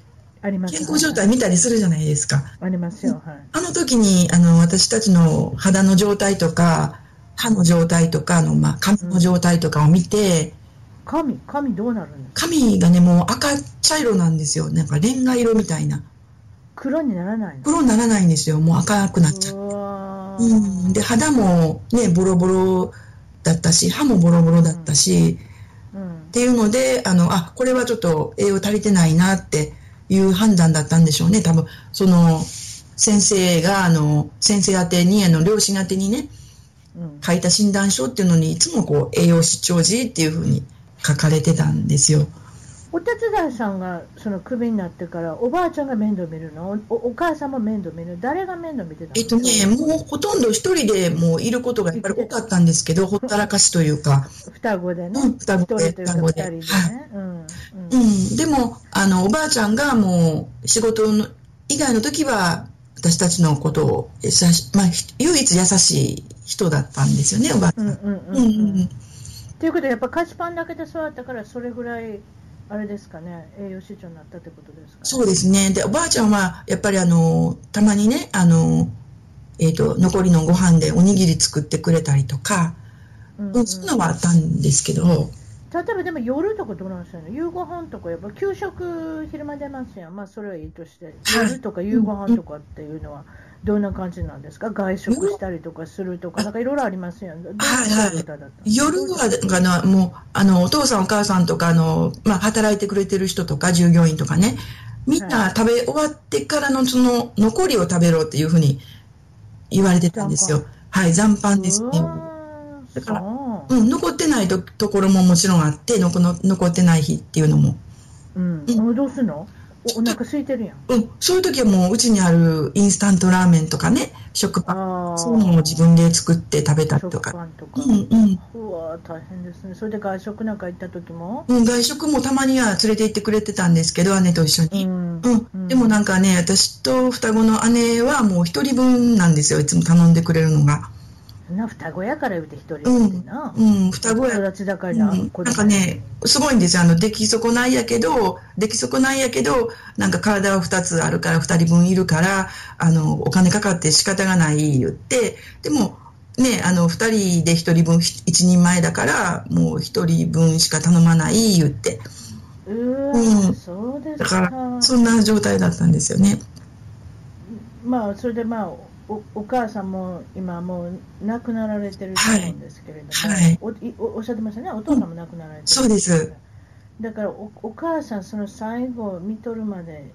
あります。 健康状態見たりするじゃないですか。 ありますよ。はい。 あの時に、私たちの肌の状態とか、歯の状態とか、髪の状態とかを見て、 髪どうなるんですか？ 髪がね、もう赤茶色なんですよ。なんかレンガ色みたいな。 黒にならないの？ 黒にならないんですよ。もう赤くなっちゃう。で、肌もね、ボロボロだったし、歯もボロボロだったし、っていうので、これはちょっと栄養足りてないなっていう判断だったんでしょうね。多分、先生が、先生宛てに、両親宛てにね、書いた診断書っていうのに、いつも栄養失調時っていうふうに書かれてたんですよ。 お手伝いさんがクビになってからおばあちゃんが面倒見るの？お母さんも面倒見る？誰が面倒見てたの？ もうほとんど一人でもういることがやっぱり多かったんですけど、ほったらかしというか。 双子でね。 双子で。 二人でね。 でも、おばあちゃんがもう仕事以外の時は私たちのことを唯一優しい人だったんですよね、おばあちゃん。 ということで、やっぱ菓子パンだけで育ったから、それぐらいあれですかね、栄養失調になったってことですかね。 そうですね。で、おばあちゃんはやっぱりたまにね、残りのご飯でおにぎり作ってくれたりとか、そういうのはあったんですけど。 例えばでも夜とかどうなんですかね。夕ご飯とかやっぱ給食昼間出ますやん。それはいいとして、夜とか夕ご飯とかっていうのはどんな感じなんですか？外食したりとかするとか、なんかいろいろありますやん。 夜はもうお父さんお母さんとか働いてくれてる人とか従業員とかね、みんな食べ終わってからのその残りを食べろっていうふうに言われてたんですよ。はい、残飯ですね。だから残ってないところももちろんあって、残ってない日っていうのも。 どうすんの？お腹空いてるやん。 そういう時はもううちにあるインスタントラーメンとかね、食パン、そういうのを自分で作って食べたりとか。 食パンとか。うわ大変ですね。それで外食なんか行った時も？ 外食もたまには連れて行ってくれてたんですけど、姉と一緒に。でもなんかね、私と双子の姉はもう一人分なんですよ、いつも頼んでくれるのが。 双子やから言うて一人ってな。 双子や。 育ちだからな。 なんかね、すごいんですよ。出来損ないやけど、なんか体は2つあるから2人分いるから、お金かかって仕方がない言って、でも、ね、2人で1人分1人前だから、もう1人分しか頼まない言って。 そうですか。 だから、そんな状態だったんですよね。 それでお母さんも今もう亡くなられてると思うんですけれども、おっしゃってましたね、お父さんも亡くなられてる、 そうです。 だからお母さんその最後見とるまで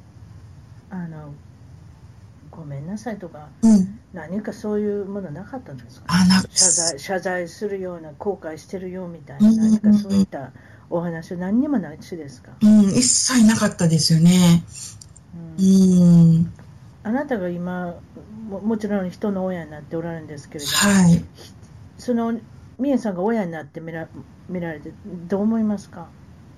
ごめんなさいとか、何かそういうものなかったんですか？謝罪するような、後悔してるよみたいな、何かそういったお話は何にもないしですか？ 一切なかったですよね。 あなたが今もちろん人の親になっておられるんですけれども、その美恵さんが親になって見られてどう思いますか？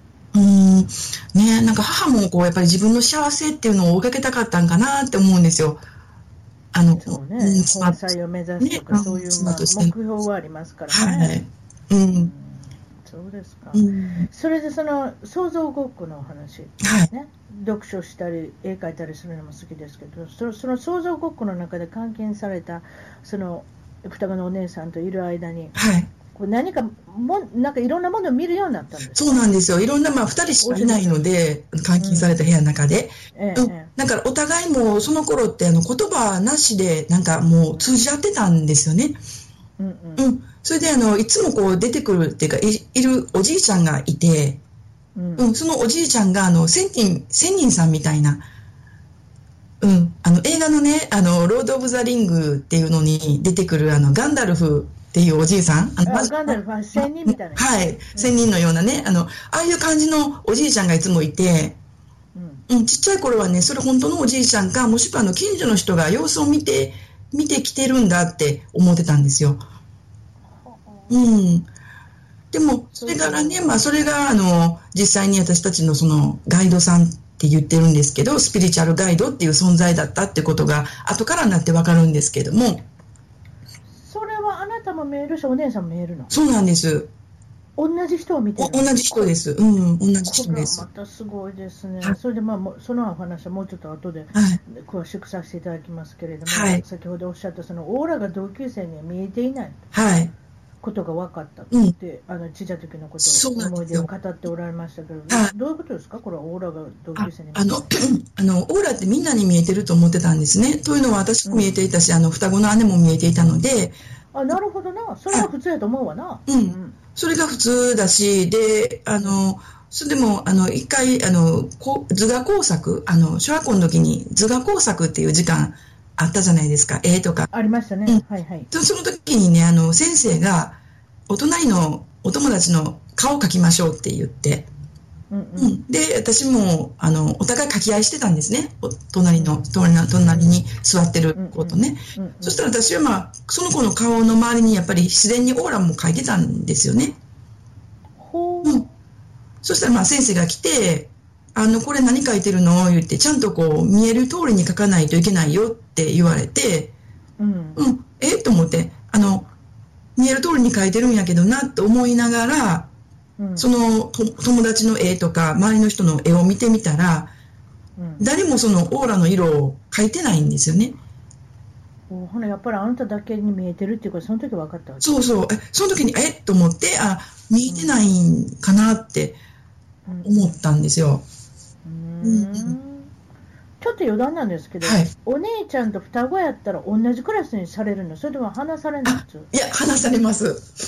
なんか母もやっぱり自分の幸せっていうのを追いかけたかったんかなって思うんですよ。 そうね、本妻を目指すとか、そういう目標はありますからね。そうですか。それでその想像ごっこのお話ですね。読書したり絵描いたりするのも好きですけど、その想像ごっこの中で監禁されたその双子のお姉さんといる間に、何かなんかいろんなものを見るようになったんですか？ そうなんですよ。いろんな2人しかいないので、監禁された部屋の中で、だからお互いもその頃って言葉なしでなんかもう通じ合ってたんですよね。それでいつも出てくるっていうかいるおじいちゃんがいて、そのおじいちゃんが仙人さんみたいな、映画のねロード・オブ・ザ・リングっていうのに出てくるガンダルフっていうおじいさん、 ガンダルフは仙人みたいな、 仙人のようなね、ああいう感じのおじいちゃんがいつもいて、ちっちゃい頃はね、それ本当のおじいちゃんか、もしくは近所の人が様子を見てきてるんだって思ってたんですよ。でもそれからね、それが実際に私たちのそのガイドさんって言ってるんですけど、スピリチュアルガイドっていう存在だったってことが後からになって分かるんですけども。 それはあなたも見えるし、お姉さんも見えるの？ そうなんです。 同じ人を見てる。 同じ人です。うん、同じ人です。 またすごいですね。それでそのお話はもうちょっと後で詳しくさせていただきますけれども、はい、先ほどおっしゃったそのオーラが同級生には見えていない。はい。ことが分かったって、小さい時のことを思い出を語っておられましたけど、どういうことですか、これはオーラが同級生に見えていない。 オーラってみんなに見えてると思ってたんですね。というのは私も見えていたし、双子の姉も見えていたので。 なるほどな。それは普通やと思うわな。 それが普通だし、で、それでも、一回、図画工作、小学校の時に図画工作っていう時間あったじゃないですか、絵とか。 ありましたね。はいはい。 その時にね、先生が、お隣のお友達の顔を描きましょうって言って、で、私も、お互い描き合いしてたんですね。隣に座ってる子とね。そしたら私はその子の顔の周りにやっぱり自然にオーラも描いてたんですよね。そしたら先生が来て、これ何描いてるの言って、ちゃんとこう見える通りに描かないといけないよって言われて、と思って、見える通りに描いてるんやけどなと思いながら、その友達の絵とか周りの人の絵を見てみたら、誰もそのオーラの色を描いてないんですよね。 ほなやっぱりあなただけに見えてるっていうか、その時分かったわけ。 そうそう、その時にと思って、見えてないんかなって思ったんですよ。 ちょっと余談なんですけど、お姉ちゃんと双子やったら同じクラスにされるの？それとも話されない？ いや、話されます。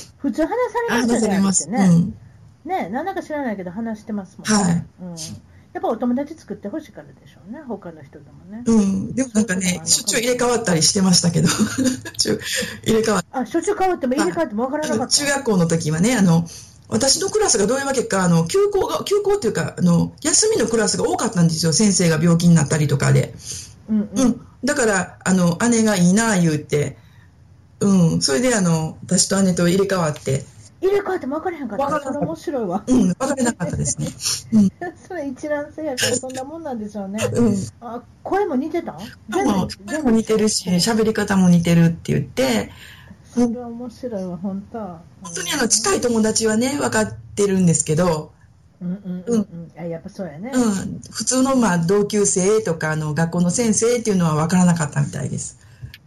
普通話されますよね。話されますね。なんだか知らないけど話してますもんね。やっぱお友達作ってほしいからでしょうね、他の人でもね。 でもなんかね、しょっちゅう入れ替わったりしてましたけど、しょっちゅう変わっても入れ替わっても分からなかった。 中学校の時はね、私のクラスがどういうわけか、休校っていうか、休みのクラスが多かったんですよ、先生が病気になったりとかで。だから、姉がいいな、言うて、それで、私と姉と入れ替わって。 入れ替わっても分からへんかった。それ面白いわ。 分からなかったですね。 それ一卵性やからそんなもんなんでしょうね。声も似てた？ 声も似てるし、喋り方も似てるって言って、 それは面白いわ、本当。 本当に近い友達はね、分かってるんですけど、 やっぱそうやね。 普通の同級生とか学校の先生っていうのは分からなかったみたいです。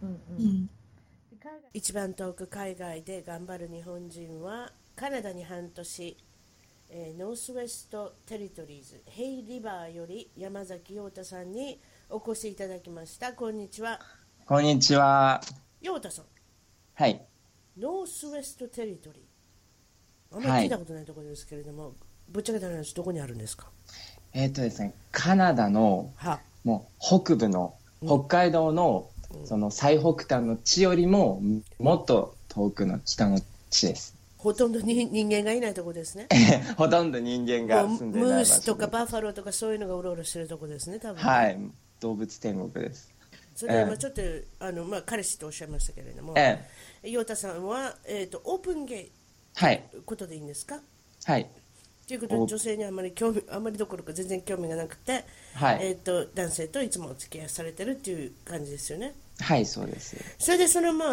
一番遠く海外で頑張る日本人はカナダに半年、ノースウェストテリトリーズヘイリバーより山崎陽太さんにお越しいただきました。こんにちは。 こんにちは。 陽太さん。 はい。 ノースウェストテリトリー。あんまり聞いたことないところですけれども、ぶっちゃけた話どこにあるんですか？ ですね、カナダのもう北部の北海道のその最北端の地よりももっと遠くの北の地です。 ほとんど人間がいないところですね。 ほとんど人間が住んでない場所。 ムースとかバッファローとかそういうのがうろうろしてるところですね、多分。 はい、動物天国です。 それで今ちょっと彼氏とおっしゃいましたけれども、陽太さんはオープンゲイということでいいんですか？ はい。 ということで女性にあまりどころか全然興味がなくて、男性といつもお付き合いされてるっていう感じですよね。 はい、そうです。 それで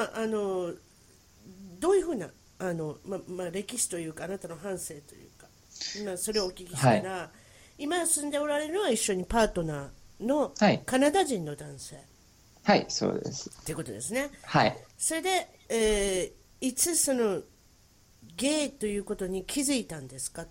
どういうふうな歴史というかあなたの半生というか、それをお聞きしたら、今住んでおられるのは一緒にパートナーのカナダ人の男性。 はい、そうです。 ということですね。 はい。 それで、いつそのゲイということに気づいたんですかって、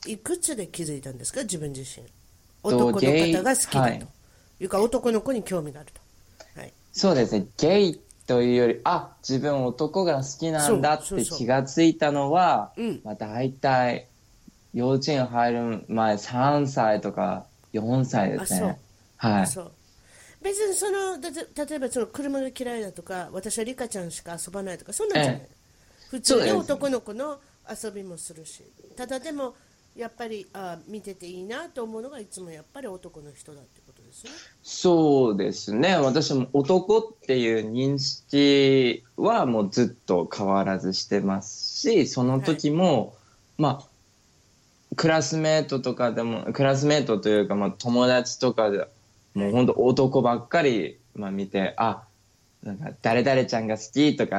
いくつで気づいたんですか、自分自身。男の方が好きだというか、男の子に興味があると。 そうですね、ゲイというより、自分男が好きなんだって気がついたのは、大体幼稚園入る前3歳とか4歳ですね。はい。 別に例えば車が嫌いだとか、私はリカちゃんしか遊ばないとか、そんなんじゃない。普通に男の子の遊びもするし、ただでもやっぱり見てていいなと思うのがいつもやっぱり男の人だってことですね。 そうですね、私も男っていう認識はもうずっと変わらずしてますし、その時も、クラスメートとかでも、クラスメートというか友達とかでもう本当男ばっかり見て、なんか誰々ちゃんが好きとか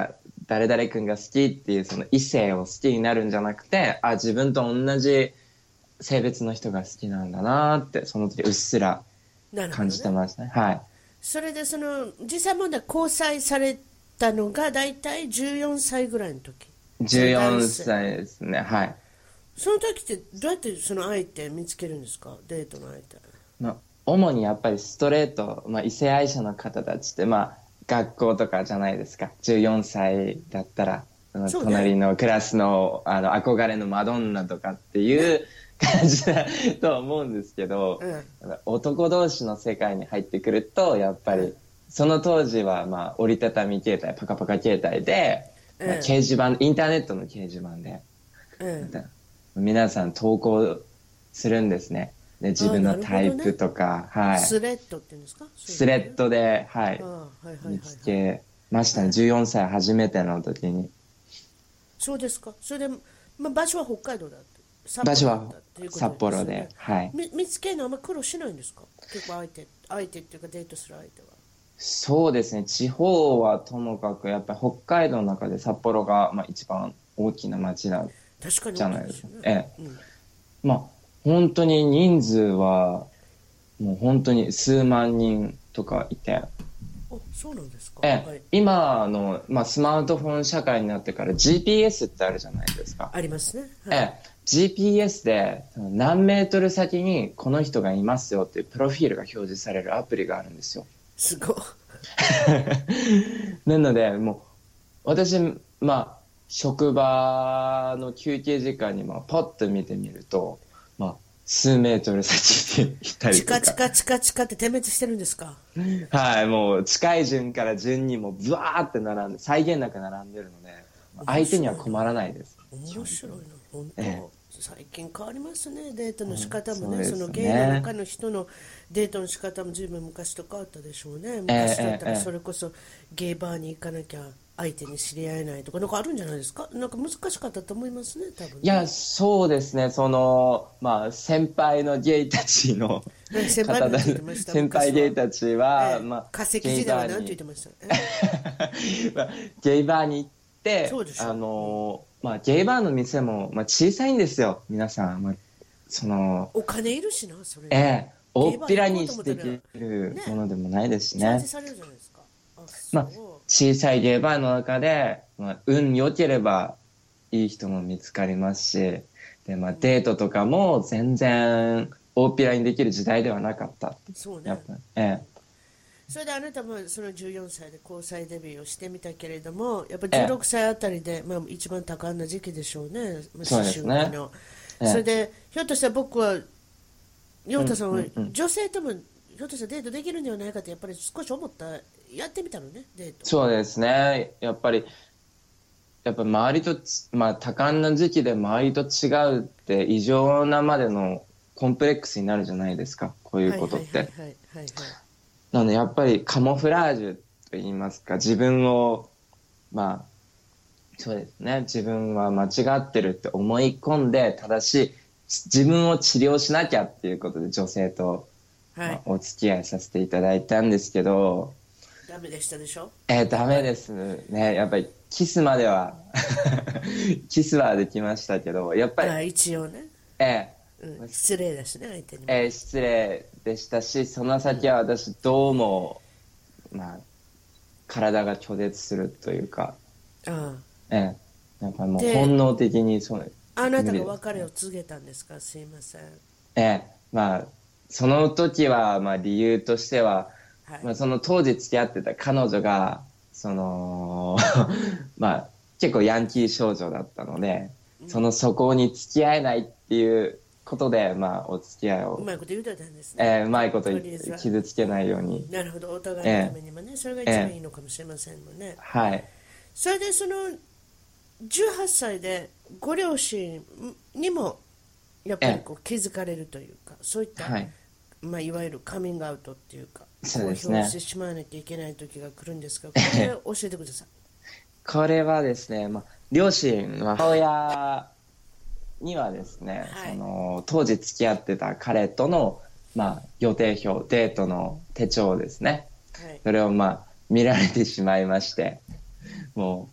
誰々君が好きっていうその異性を好きになるんじゃなくて、自分と同じ性別の人が好きなんだなってその時うっすら感じてますね。はい。 それで実際問題交際されたのがだいたい14歳ぐらいの時。 14歳ですね。はい。 その時ってどうやってその相手見つけるんですか、デートの相手。 主にやっぱりストレート、異性愛者の方たちって学校とかじゃないですか。14歳だったら、隣のクラスの、憧れのマドンナとかっていう感じだと思うんですけど、男同士の世界に入ってくると、やっぱり、その当時は、折りたたみ携帯、パカパカ携帯で、掲示板、インターネットの掲示板で、皆さん投稿するんですね。で自分のタイプとか、はい。 スレッドって言うんですか？ スレッドで、はい。見つけましたね。14歳初めての時に。 そうですか。それで、場所は北海道だって。 場所は札幌で、はい。 見つけるのはあんま苦労しないんですか？結構相手っていうかデートする相手は。 そうですね。地方はともかく、やっぱり北海道の中で札幌が、一番大きな町なんじゃないですか。本当に人数はもう本当に数万人とかいて、 そうなんですか。 今の、スマートフォン社会になってから GPS ってあるじゃないですか。 ありますね。 GPS で何メートル先にこの人がいますよっていうプロフィールが表示されるアプリがあるんですよ。 すごい。 なのでもう私職場の休憩時間にパッと見てみると数メートル先にいたりとか。 チカって点滅してるんですか？ はい、もう近い順から順にもブワーって並んで、際限なく並んでるので、相手には困らないです。 面白いな、本当。最近変わりますね、デートの仕方もね。そのゲイの中の人のデートの仕方も随分昔と変わったでしょうね。昔だったらそれこそゲイバーに行かなきゃ相手に知り合えないとか、なんかあるんじゃないですか。なんか難しかったと思いますね、多分ね。 いや、そうですね。先輩のゲイたちの先輩ゲイたちは、 化石時代は何て言ってました？ ゲイバーに行って、ゲイバーの店も、小さいんですよ、皆さん。 お金いるしな、それ。 大っぴらにしてできるものでもないですしね。チャージされるじゃないですか。小さいゲイバーの中で、運良ければいい人も見つかりますし、で、デートとかも全然大っぴらにできる時代ではなかった。 そうね。それであなたもその14歳で交際デビューをしてみたけれども、やっぱ16歳あたりで、一番多感な時期でしょうね。 そうですね。 それで、ひょっとしたら僕は、陽太さんは女性ともひょっとしたらデートできるんではないかってやっぱり少し思った。やってみたのね、デート。 そうですね。やっぱり周りと、多感な時期で周りと違うって異常なまでのコンプレックスになるじゃないですか、こういうことって。なのでやっぱりカモフラージュと言いますか、自分を、そうですね、自分は間違ってるって思い込んで、自分を治療しなきゃっていうことで女性と、お付き合いさせていただいたんですけど、 ダメでしたでしょ？ ダメですね。やっぱりキスまではキスはできましたけど、やっぱり一応ね。失礼だしね、相手にも。 失礼でしたし、その先は私どうも体が拒絶するというか、やっぱもう本能的にそう。 あなたが別れを告げたんですか？すいません。 その時は理由としては。その当時付き合ってた彼女が結構ヤンキー少女だったので、そこに付き合えないっていうことで、お付き合いをうまいこと言うといたんですね。 うまいこと言って傷つけないように。 なるほど、お互いのためにもね、それが一番いいのかもしれませんもんね。 はい。 それで18歳でご両親にもやっぱり気づかれるというか、そういった、いわゆるカミングアウトっていうか、公表してしまわなきゃいけない時が来るんですが、これ教えてください。 これはですね、両親、母親にはですね、当時付き合ってた彼との、予定表、デートの手帳ですね。それを見られてしまいまして、もう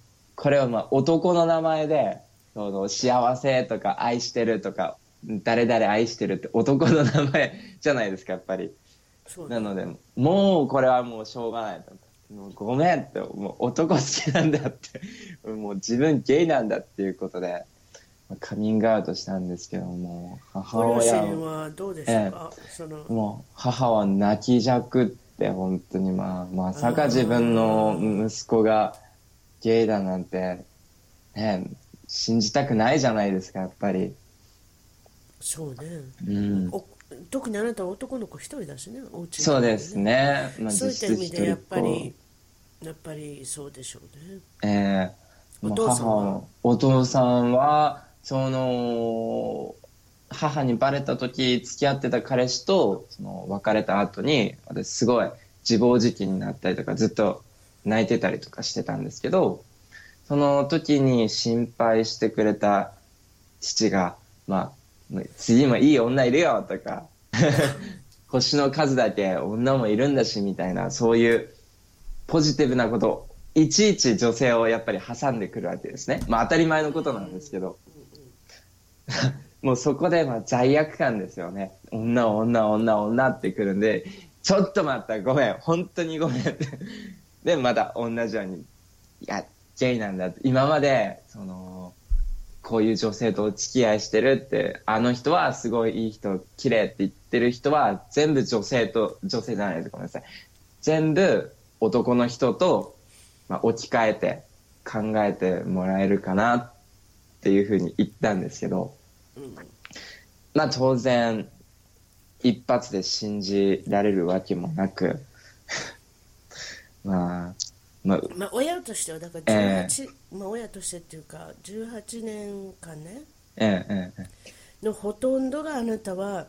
これはまあ男の名前で、その幸せとか愛してるとか、誰々愛してるって男の名前じゃないですか、やっぱり。なので、もうこれはもうしょうがないと。もうごめんって、もう男好きなんだって、もう自分ゲイなんだっていうことで、カミングアウトしたんですけども、母親はどうでしたか？ もう母は泣きじゃくって、本当にまさか自分の息子がゲイだなんて、ね、信じたくないじゃないですか、やっぱり。 そうね。 うん、 特にあなたは男の子一人だしね、お家に、ね。 そうですね。 そういった意味でやっぱりそうでしょうね。 お父さんはその母にバレた時付き合ってた彼氏とその別れた後に私すごい自暴自棄になったりとかずっと泣いてたりとかしてたんですけど、その時に心配してくれた父が次もいい女いるよとか星の数だけ女もいるんだしみたいな、そういうポジティブなことをいちいち女性をやっぱり挟んでくるわけですね。当たり前のことなんですけどもうそこで罪悪感ですよね。女ってくるんで、ちょっと待った、ごめん、本当にごめんってでまた同じように、いやゲイなんだって、今までこういう女性とお付き合いしてるって、あの人はすごいいい人、綺麗って言ってる人は全部女性じゃないです、ごめんなさい、全部男の人と、置き換えて考えてもらえるかなっていうふうに言ったんですけど、当然一発で信じられるわけもなく親としてはだから親としてっていうか18年間ね、のほとんどがあなたは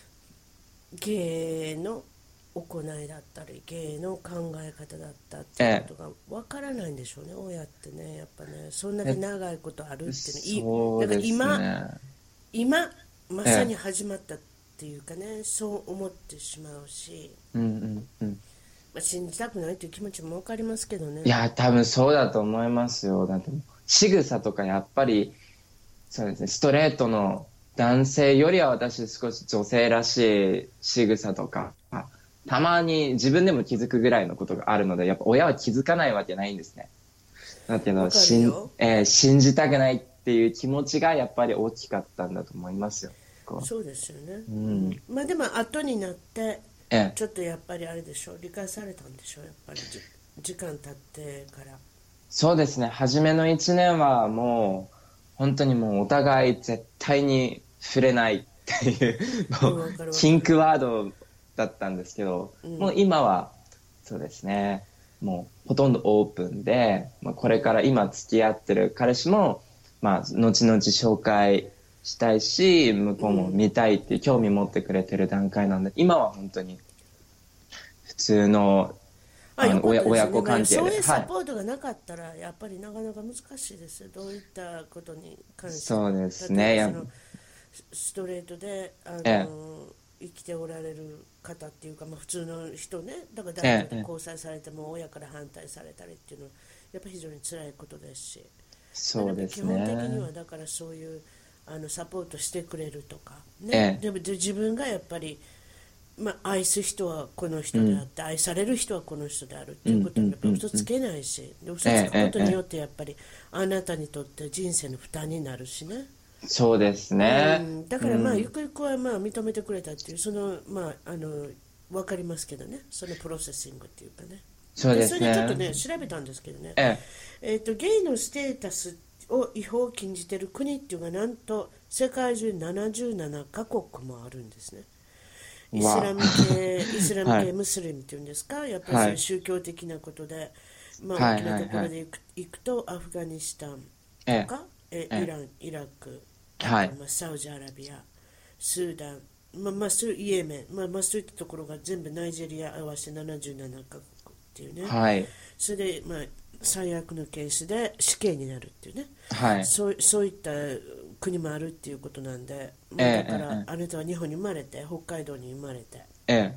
芸の行いだったり芸の考え方だったっていうことがわからないんでしょうね、親ってね。やっぱね、そんだけ長いことあるってね、 そうですね。 だから今まさに始まったっていうかね、そう思ってしまうし、信じたくないという気持ちも分かりますけどね。 いや多分そうだと思いますよ。だって仕草とかやっぱりそうですね、ストレートの男性よりは私少し女性らしい仕草とかたまに自分でも気づくぐらいのことがあるので、やっぱ親は気づかないわけないんですね。だけど信じたくないっていう気持ちがやっぱり大きかったんだと思いますよ。 そうですよね、でも後になってちょっとやっぱりあれでしょう、理解されたんでしょう、やっぱり時間経ってから。 そうですね、初めの1年はもう本当にもうお互い絶対に触れないっていうキンクワードだったんですけど、もう今はそうですね、もうほとんどオープンで、これから今付き合ってる彼氏も、後々紹介したいし、向こうも見たいっていう興味持ってくれてる段階なんで、今は本当に普通の親子関係で、 そういうサポートがなかったらやっぱりなかなか難しいですよ、どういったことに関して。 そうですね、 ストレートで生きておられる方っていうか、普通の人ね、だから誰かと交際されても親から反対されたりっていうのはやっぱり非常に辛いことですし、 そうですね、 基本的にはだからそういうサポートしてくれるとかね、でも自分がやっぱり、愛す人はこの人であって、愛される人はこの人であるっていうことにやっぱ嘘つけないし、嘘つくことによってやっぱりあなたにとって人生の負担になるしね。 そうですね、 だからゆくゆくは認めてくれたっていう分かりますけどね、そのプロセッシングっていうかね。 そうですね。 それでちょっとね調べたんですけどね、ゲイのステータスを違法を禁じている国っていうのがなんと世界中77カ国もあるんですね。イスラム系ムスリムっていうんですか、やっぱりそういう宗教的なことで、大きなところで行くとアフガニスタンとか、イラン、イラク、サウジアラビア、スーダン、イエメン、そういったところが全部ナイジェリア合わせて77カ国っていうね、それで、最悪のケースで死刑になるっていうね、そういった国もあるっていうことなんで、だからあなたは日本に生まれて北海道に生まれて、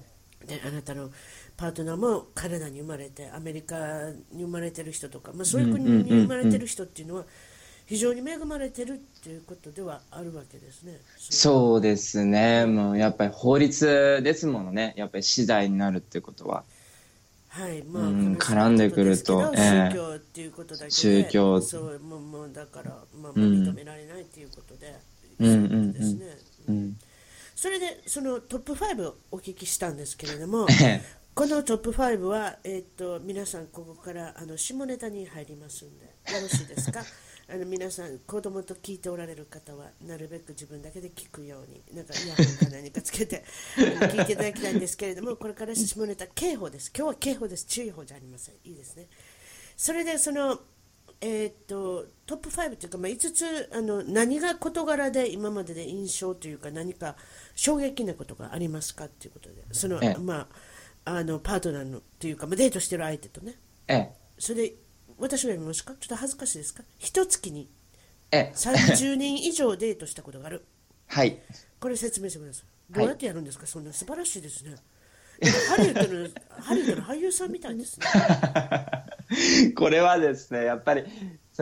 であなたのパートナーもカナダに生まれてアメリカに生まれてる人とか、そういう国に生まれてる人っていうのは非常に恵まれてるっていうことではあるわけですね。 そうですね。もうやっぱり法律ですものね。やっぱり死罪になるっていうことは。 はい、 絡んでくると、 宗教っていうことだけで、 宗教そうもうだから、認められないっていうことで、そうですね。それでそのトップ5をお聞きしたんですけれども、このトップ5は、皆さんここから下ネタに入りますんでよろしいですか？皆さん子供と聞いておられる方はなるべく自分だけで聞くようになんかイヤホンか何かつけて聞いていただきたいんですけれども、これから下ネタ警報です。今日は警報です。注意報じゃありません。いいですね。それでそのトップ5というか、5つ何が事柄で今までで印象というか何か衝撃なことがありますかということで、そのパートナーのというか、デートしてる相手とね、それで私が読みますか？ちょっと恥ずかしいですか？一月に30人以上デートしたことがある。 はい。 これ説明してください。どうやってやるんですか？そんな素晴らしいですね。ハリウッドの俳優さんみたいですね。 これはですね、やっぱり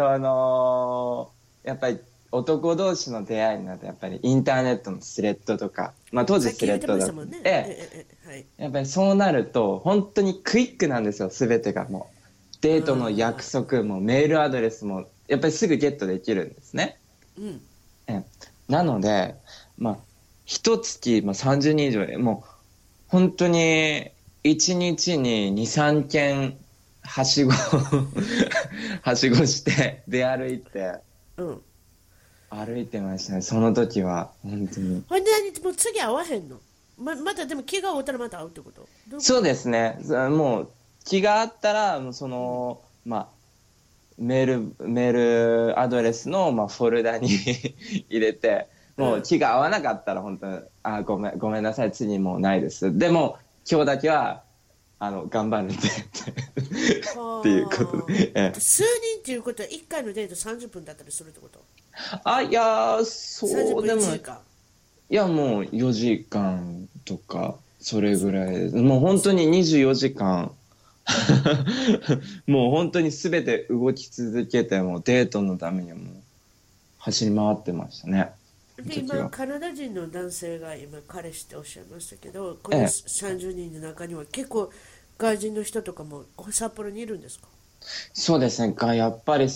やっぱり男同士の出会いになるとやっぱりインターネットのスレッドとか、当時スレッドだったもんね。やっぱりそうなると本当にクイックなんですよ。全てがもうデートの約束もメールアドレスもやっぱりすぐゲットできるんですね。なので一月30人以上でもう本当に1日に 2,3 件はしごして出歩いて、歩いてましたね。その時は本当に。 ほんでもう次会わへんの？またでも気が合うたらまた会うってこと？ そうですね。もう気があったらそのメールアドレスのフォルダに入れて、もう気が合わなかったら本当にごめんなさい、次もうないです。でも今日だけは頑張るんでっていうことで、 数人っていうことは1回のデート30分だったりするってこと？ いやそうでもいやもう4時間とかそれぐらい、もう本当に24時間もう本当に全て動き続けて、もうデートのためにも走り回ってましたね。 で今カナダ人の男性が今彼氏っておっしゃいましたけど、この30人の中には結構外人の人とかも札幌にいるんですか？ そうですね。やっぱり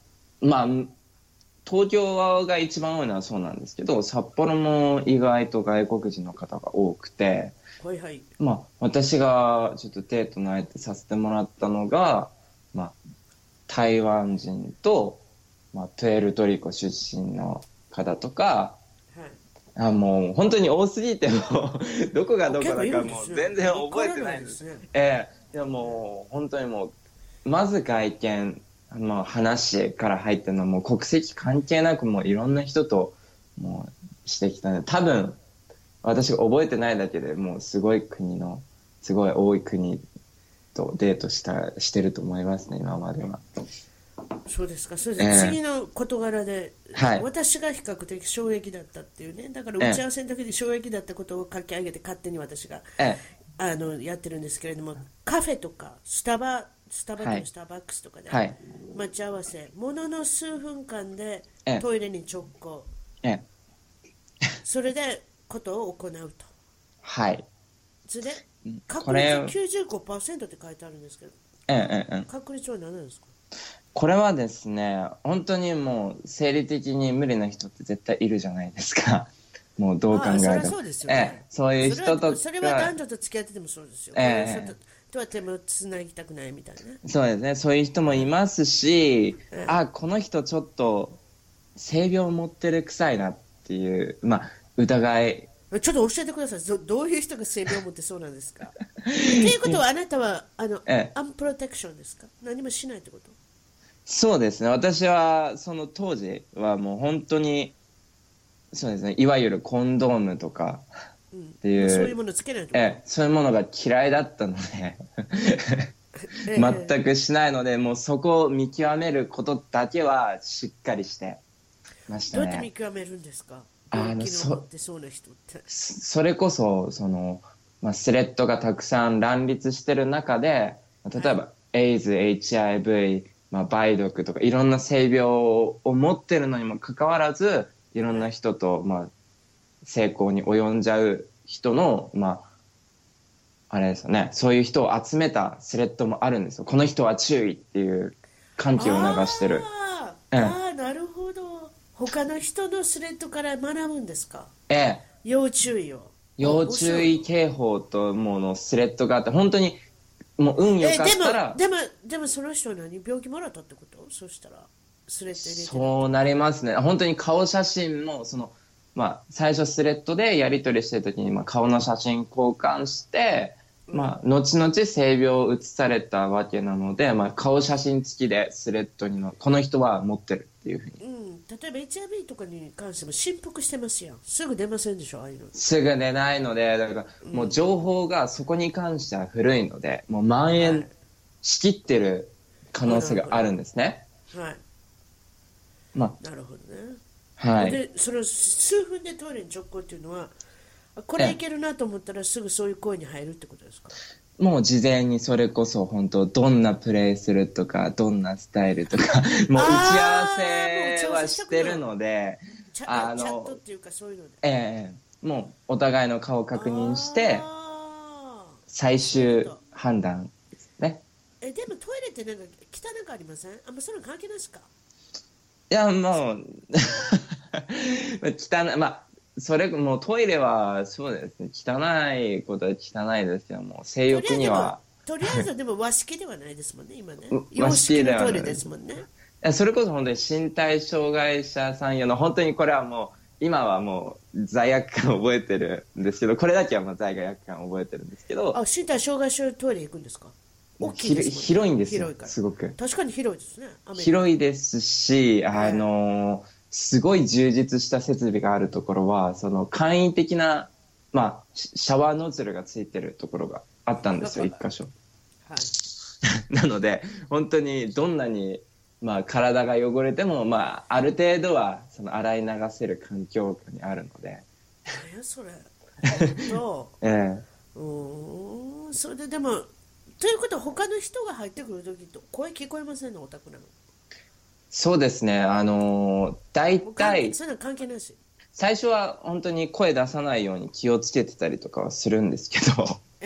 東京が一番多いのはそうなんですけど、札幌も意外と外国人の方が多くて、私がちょっとデートの相手させてもらったのが、台湾人と、プエルトリコ出身の方とか、もう本当に多すぎてもどこがどこだかもう全然覚えてないんです。でも本当にもうまず外見話から入ってるのはもう国籍関係なくもういろんな人ともうしてきたので、多分私が覚えてないだけでもうすごい多い国とデートしてると思いますね、今までは。 そうですか。それで次の事柄で、私が比較的衝撃だったっていうね、だから打ち合わせの時に衝撃だったことを書き上げて勝手に私が、やってるんですけれども、カフェとかスタバとスターバックスとかで待ち合わせ、ものの数分間でトイレに直行、それでことを行うと。それで確率 95% って書いてあるんですけど、確率は何なんですか？ これはですね、本当にもう生理的に無理な人って絶対いるじゃないですか。もうどう考えても。 そうですよね。 そういう人とそれは男女と付き合っててもそうですよ。とは手もつなぎたくないみたいな。 そうですね。そういう人もいますし、この人ちょっと性病持ってる臭いなっていう疑い。 ちょっと教えてください。どういう人が性病を持ってそうなんですか？っていうことはあなたはアンプロテクションですか？何もしないってこと？ そうですね。私はその当時はもう本当にそうですね。いわゆるコンドームとかっていう、 そういうものつけないと。 そういうものが嫌いだったので全くしないので、もうそこを見極めることだけはしっかりしてましたね。 どうやって見極めるんですか？病気の持ってそうな人って。 それこそまあ、スレッドがたくさん乱立してる中で、例えば、エイズ、HIV、まあ、梅毒とかいろんな性病を持ってるのにもかかわらず、いろんな人と、まあ、成功に及んじゃう人の、まあ、あれですよね、そういう人を集めたスレッドもあるんですよ。この人は注意っていう喚起を促してる。 なるほど。他の人のスレッドから学ぶんですか？要注意を。 要注意警報とものスレッドがあって、本当にもう運良かったら。 でもその人は病気もらったってこと？そしたらスレッド入れてる。 そうなりますね。本当に顔写真もまあ、最初スレッドでやり取りしてる時に、まあ、顔の写真交換して、まあ、後々性病を移されたわけなので、まあ、顔写真付きでスレッドにこの人は持ってるっていうふうに、 例えば HIV とかに関しても振幅してますやん。すぐ出ませんでしょ、ああいうの。 すぐ出ないので、だからもう情報がそこに関しては古いので、もう蔓延しきってる可能性があるんですね。 はい。 まあ、 なるほどね。 はい。 で、それを数分でトイレに直行っていうのは、これいけるなと思ったらすぐそういう行為に入るってことですか？ もう事前にそれこそ本当どんなプレイするとかどんなスタイルとかもう打ち合わせはしてるので、 チャットっていうかそういうので、 もうお互いの顔を確認して最終判断ですね。 でもトイレってなんか汚くありません？あんまそれ関係ないですか？ いやもう汚い、まあそれもうトイレはそうですね、汚いことは汚いですけども、性欲にはとりあえずでも和式ではないですもんね、今ね。 和式ではない。 洋式のトイレですもんね。 それこそ本当に身体障害者さん用の、本当にこれはもう今はもう罪悪感を覚えてるんですけど、これだけはもう罪悪感を覚えてるんですけど。 身体障害者トイレ行くんですか？大きいですもんね。 広いんですよ、すごく。 確かに広いですね。 広いですし、すごい充実した設備があるところは、その簡易的な、まあ、シャワーノズルがついてるところがあったんですよ、一箇所。 はい。 なので、本当にどんなに、まあ、体が汚れても、まあ、ある程度はその洗い流せる環境下にあるので。 何やそれ。それででも、ということは他の人が入ってくるときと声聞こえませんの？お宅なの？ そうですね。大体、 そういうの関係ないし。 最初は本当に声出さないように気をつけてたりとかはするんですけど、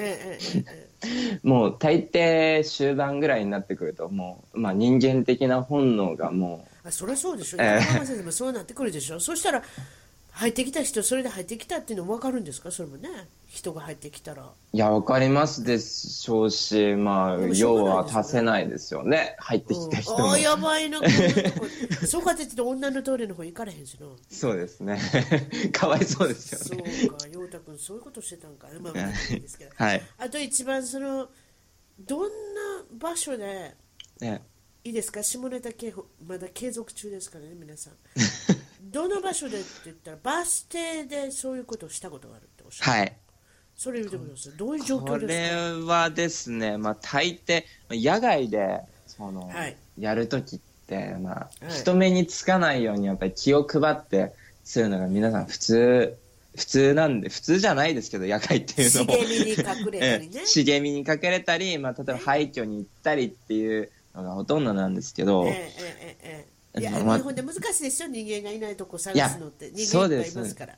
もう大抵終盤ぐらいになってくると、もう、まあ人間的な本能がもう。 そりゃそうでしょ。でもそうなってくるでしょ。そしたら、入ってきた人、それで入ってきたっていうの分かるんですか？それもね、人が入ってきたら。 いや、分かりますでしょうし、まあ、用は足せないですよね、入ってきた人も。 やばいな、こんなとこ。そうかって言って女のトイレの方行かれへんしな。 そうですね。かわいそうですよね。 そうか、陽太くん、そういうことしてたんか。まあ、いいですけど。 はい。 あと一番、どんな場所で、いいですか？下ネタ警報、まだ継続中ですからね、皆さん。どの場所でって言ったら、バス停でそういうことをしたことがあるっておっしゃる。 はい。 それ言ってください。どういう状況ですか？ これはですね、まあ、大抵、野外で、やるときって、まあ、人目につかないように、やっぱり気を配ってするのが皆さん普通なんで、普通じゃないですけど、野外っていうのも。 茂みに隠れたりね。 茂みに隠れたり、まあ、例えば廃墟に行ったりっていうのがほとんどなんですけど、 いや、日本で難しいですよ、人間がいないとこ探すのって。人間がいますから。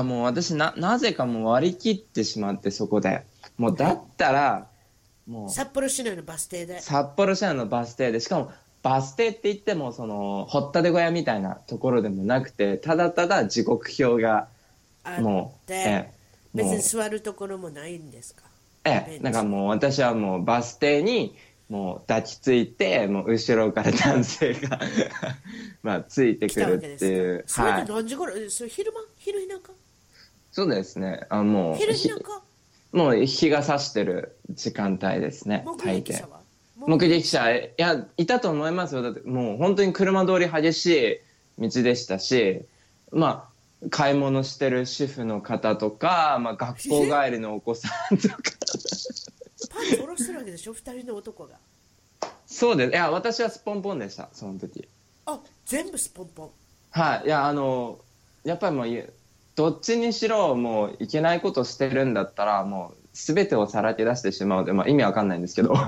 もう私なぜかもう割り切ってしまって、そこで。もうだったら、もう。 札幌市内のバス停で。 札幌市内のバス停で、しかもバス停って言っても、掘ったて小屋みたいなところでもなくて、ただただ時刻表が、もう。 別に座るところもないんですか？ なんかもう私はもうバス停に、もう抱きついて、もう後ろから男性がまあついてくるっていう。 それって何時頃？それ昼日中？ そうですね。もう昼日中？ もう日が差してる時間帯ですね。 目撃者は？ 目撃者、いや、いたと思いますよ。だってもう本当に車通り激しい道でしたし、まあ買い物してる主婦の方とか、まあ学校帰りのお子さんとか。 パンツ下ろしてるわけでしょ、2人の男が。 そうです。いや、私はスポンポンでした、その時。 全部スポンポン。 はい。いや、やっぱりもう、 どっちにしろもういけないことしてるんだったらもう全てをさらけ出してしまうで、まあ、意味わかんないんですけど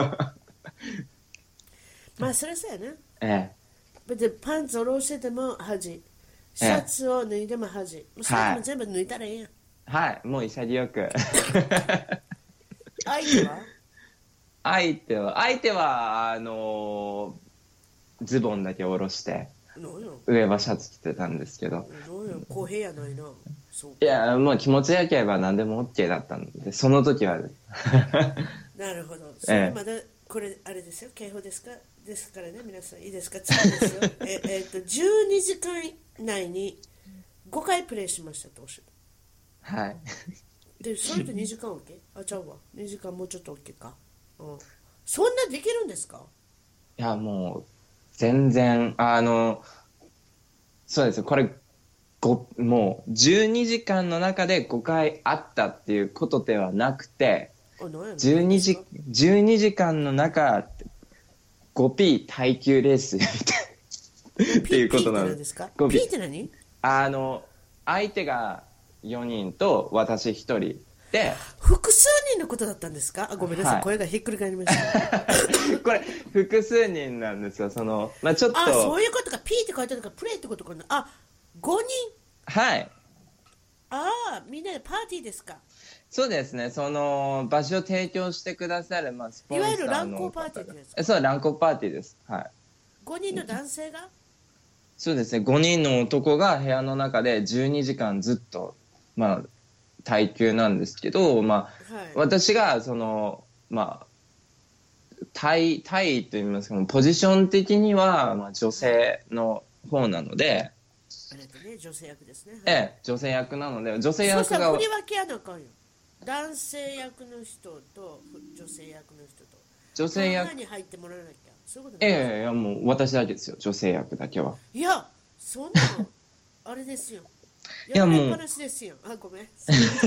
まあそれそうやね。 ええ、 でパンツを下ろしてても恥、シャツを脱いでも恥、それでも全部脱いだらいいやん。 はい、もう潔く相手は相手はズボンだけ下ろして上はシャツ着てたんですけど、 公平やないな。そういやもう気持ちよければ何でも OK だったので、その時はなるほど。それまだこれあれですよ、警報ですからね、皆さんいいですか、次ですよ12時間内に5回プレイしましたとおっしゃる。 はいでそれで2時間 OK？ あ、ちゃうわ、2時間もうちょっと OK か、うん、そんなできるんですか？ いやもう全然そうですよ、これもう12時間の中で5回あったっていうことではなくて、12時間の中 5P 耐久レースみたいっていうことなんですか。 P って何？ 相手が4人と私1人で複数人のことだったんですか？あ、ごめんなさい、はい、声がひっくり返りましたこれ複数人なんですよ。まあ、ちょっとそういうことか。 P って書いてあるからプレイってことかな。あ、5人。 はい。 みんなでパーティーですか？ そうですね。場所を提供してくださる、まあ、スポンサーの。いわゆる乱交パーティーですか？ そう、乱交パーティーです。はい。 5人の男性が？ そうですね。5人の男が部屋の中で12時間ずっと、まあ、耐久なんですけど、まあ、はい、私がまあ、体位といいますか、ポジション的には、まあ、女性の方なので、 女性役ですね。 ええ、女性役なので、女性役が。 そうしたら振り分けやなあかんよ。男性役の人と女性役の人と。 女性役に入ってもらわなきゃ。そういうことないですか？ いや、もう私だけですよ、女性役だけは。 いや、そんなのあれですよ。 いやもう。 話ですよ。あ、ごめん。だって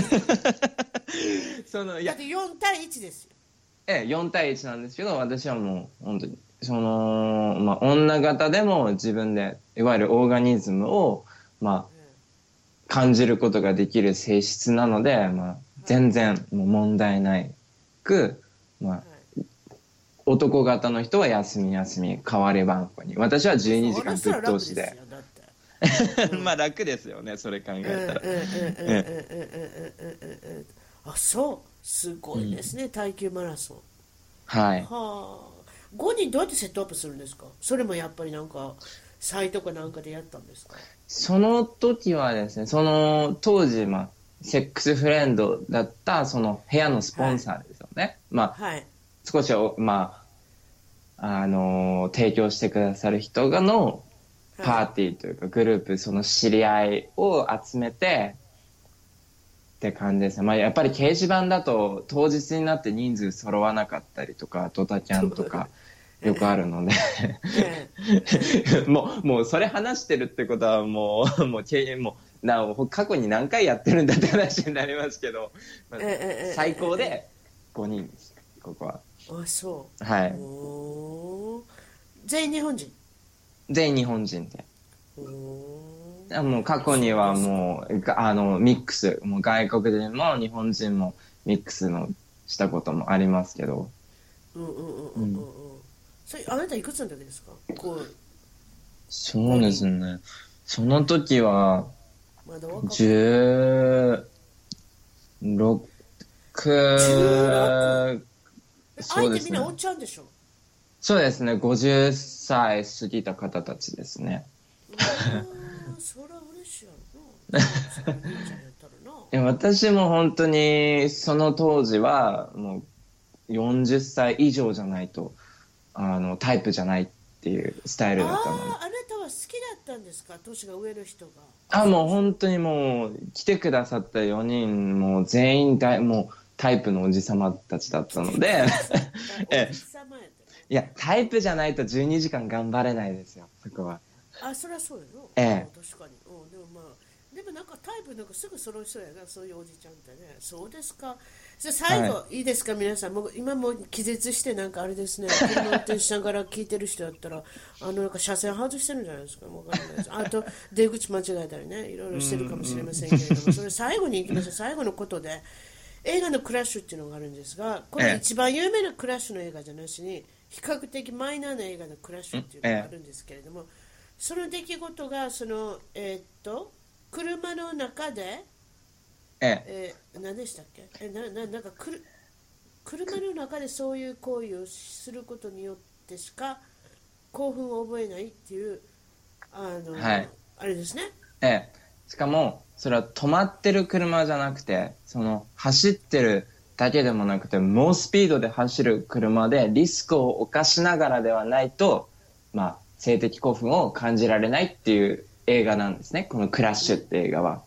4対1ですよ。 4対1なんですけど、私はもう本当にまあ、女型でも自分でいわゆるオーガニズムを、まあ、感じることができる性質なので、まあ、全然もう問題ないく、まあ、男型の人は休み代わり番号に、私は12時間ぶっ通しで。まあ楽ですよね、それ考えたら。あ、そうすごいですね、耐久マラソン。 はい。 はあ。5人どうやってセットアップするんですか？それもやっぱりなんかサイトかなんかでやったんですか？ その時はですね、当時、まあ、セックスフレンドだった部屋のスポンサーですよね。はい、まあ、はい、少しまあ提供してくださる人のパーティーというかグループ、知り合いを集めてって感じですね。まあ、やっぱり掲示板だと当日になって人数揃わなかったりとか、ドタキャンとかよくあるのでもうそれ話してるってことはもう過去に何回やってるんだって話になりますけど、まあ、最高で5人です、ここは。 あ、そう。 はい。 全員日本人？ 全員日本人で。もう過去にはもうミックス、もう外国人も日本人もミックスのしたこともありますけど。 それあなたいくつの時ですか？ そうですね。その時は16。 相手みんなおっちゃうんでしょ？ そうですね。50歳過ぎた方たちですね。 それは嬉しいやろな。 私も本当にその当時はもう40歳以上じゃないとタイプじゃないっていうスタイルだったので。 あなたは好きだったんですか？年が上の人が。 もう本当にもう来てくださった4人もう全員もうタイプのおじさまたちだったのでいやタイプじゃないと12時間頑張れないですよ、そこは。 そりゃそうよ。確かに。でもまあでもなんかタイプなんかすぐ揃いそうやな、そういうおじちゃんってね。そうですか。じゃあ最後、いいですか皆さん。もう今もう気絶してなんかあれですね。車運転しながら聞いてる人だったら、なんか車線外してるんじゃないですか。わかんないです。あと出口間違えたりね、いろいろしてるかもしれませんけれども、それ最後に行きましょう。最後のことで。映画のクラッシュっていうのがあるんですが、これ一番有名なクラッシュの映画じゃなしに、比較的マイナーな映画のクラッシュっていうのがあるんですけれども、その出来事がその車の中で、何でしたっけ、なんか車の中でそういう行為をすることによってしか興奮を覚えないっていうあれですね。 しかもそれは止まってる車じゃなくて、その走ってるだけでもなくて、猛スピードで走る車でリスクを冒しながらではないと、性的興奮を感じられないっていう映画なんですね、このクラッシュって映画は。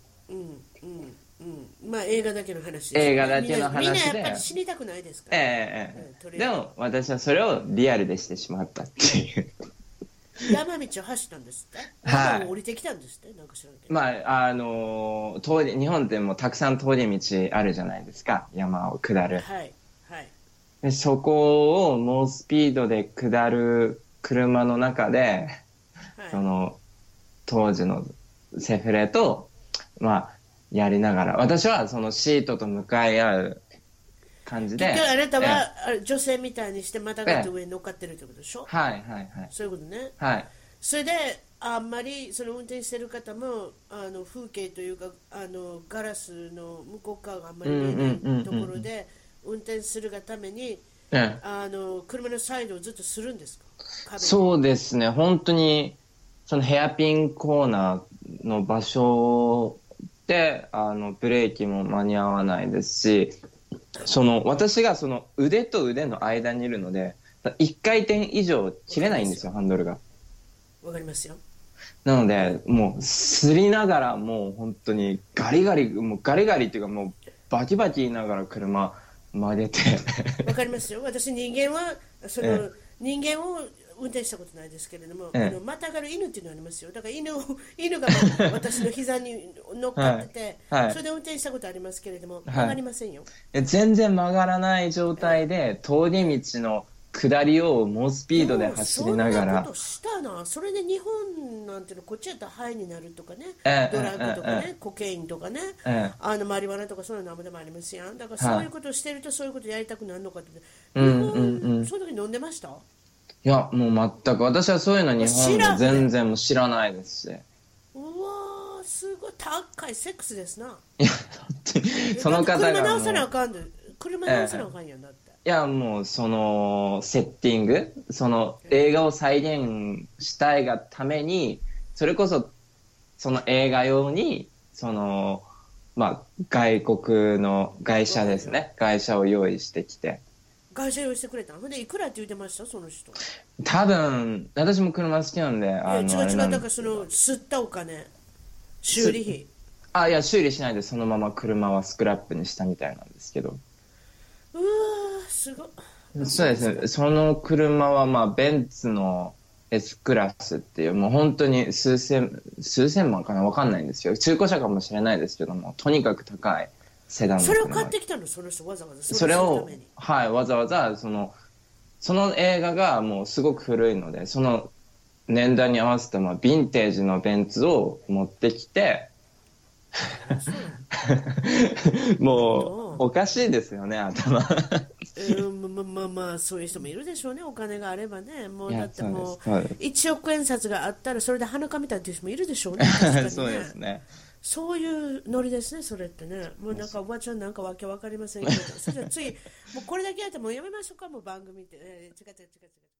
映画だけの話です、 映画だけの話でみんなやっぱり死にたくないですから、 でも私はそれをリアルでしてしまったっていう山道を走ったんですって、はい、降りてきたんですって、なんか知らんけど、 日本でもたくさん通り道あるじゃないですか、山を下る、でそこを猛スピードで下る車の中で、その当時のセフレとやりながら、私はそのシートと向かい合う感じで、 結局あなたは女性みたいにしてまたがって上に乗っかってるってことでしょ。そういうことね。それであんまりその運転してる方も風景というかガラスの向こう側があんまり見えないところで運転するがために、車のサイドをずっとするんですか。 そうですね、本当にそのヘアピンコーナーの場所でブレーキも間に合わないですし、私がその腕と腕の間にいるので1回転以上切れないんですよ、ハンドルが。 わかりますよ。 なのでもう擦りながら、もう本当にガリガリっていうか、もうバキバキ言いながら車曲げてわかりますよ。私人間は人間を運転したことないですけれども、またがる犬っていうのがありますよ。だから犬が私の膝に乗っかってて、それで運転したことありますけれども、曲がりませんよ。 全然曲がらない状態で、通り道の下りを猛スピードで走りながら。 そんなことしたな。それで日本なんていうの、こっちやったらハイになるとかね、ドラッグとかね、コケインとかね、マリワナとかそういうのでもありますやん。だからそういうことをしてると、そういうことやりたくなるのかって。日本、その時飲んでました？ いや、もう全く。私はそういうの日本で全然も知らないですし。 うわー、すごい高いセックスですな。 いや、本当にその方が車直さなあかんで、車直さなあかんやんだって。 いや、もうそのセッティング、その映画を再現したいがために、それこそその映画用に外国の会社ですね、会社を用意してきて。 会社用意してくれたので、いくらって言ってました、その人。 多分私も車好きなんで、 違う、だからその吸ったお金、修理費。いや、修理しないでそのまま車はスクラップにしたみたいなんですけど。 うわー、すごい。 そうですね、その車はベンツの S クラスっていう、もう本当に数千万かな、分かんないんですよ。中古車かもしれないですけども、とにかく高いセダンの車。 それを買ってきたの、その人わざわざ。 それをわざわざその映画がもうすごく古いので、その年代に合わせたヴィンテージのベンツを持ってきてもうおかしいですよね、頭。 そういう人もいるでしょうね、お金があればね。もうだってもう1億円札があったらそれで鼻かみたいっていう人もいるでしょうね。 そうですね。 そういうノリですね、それってね。もうなんかおばちゃんなんかわけわかりませんけど、それじゃ次もうこれだけやってもうやめましょうか、もう番組って。違う。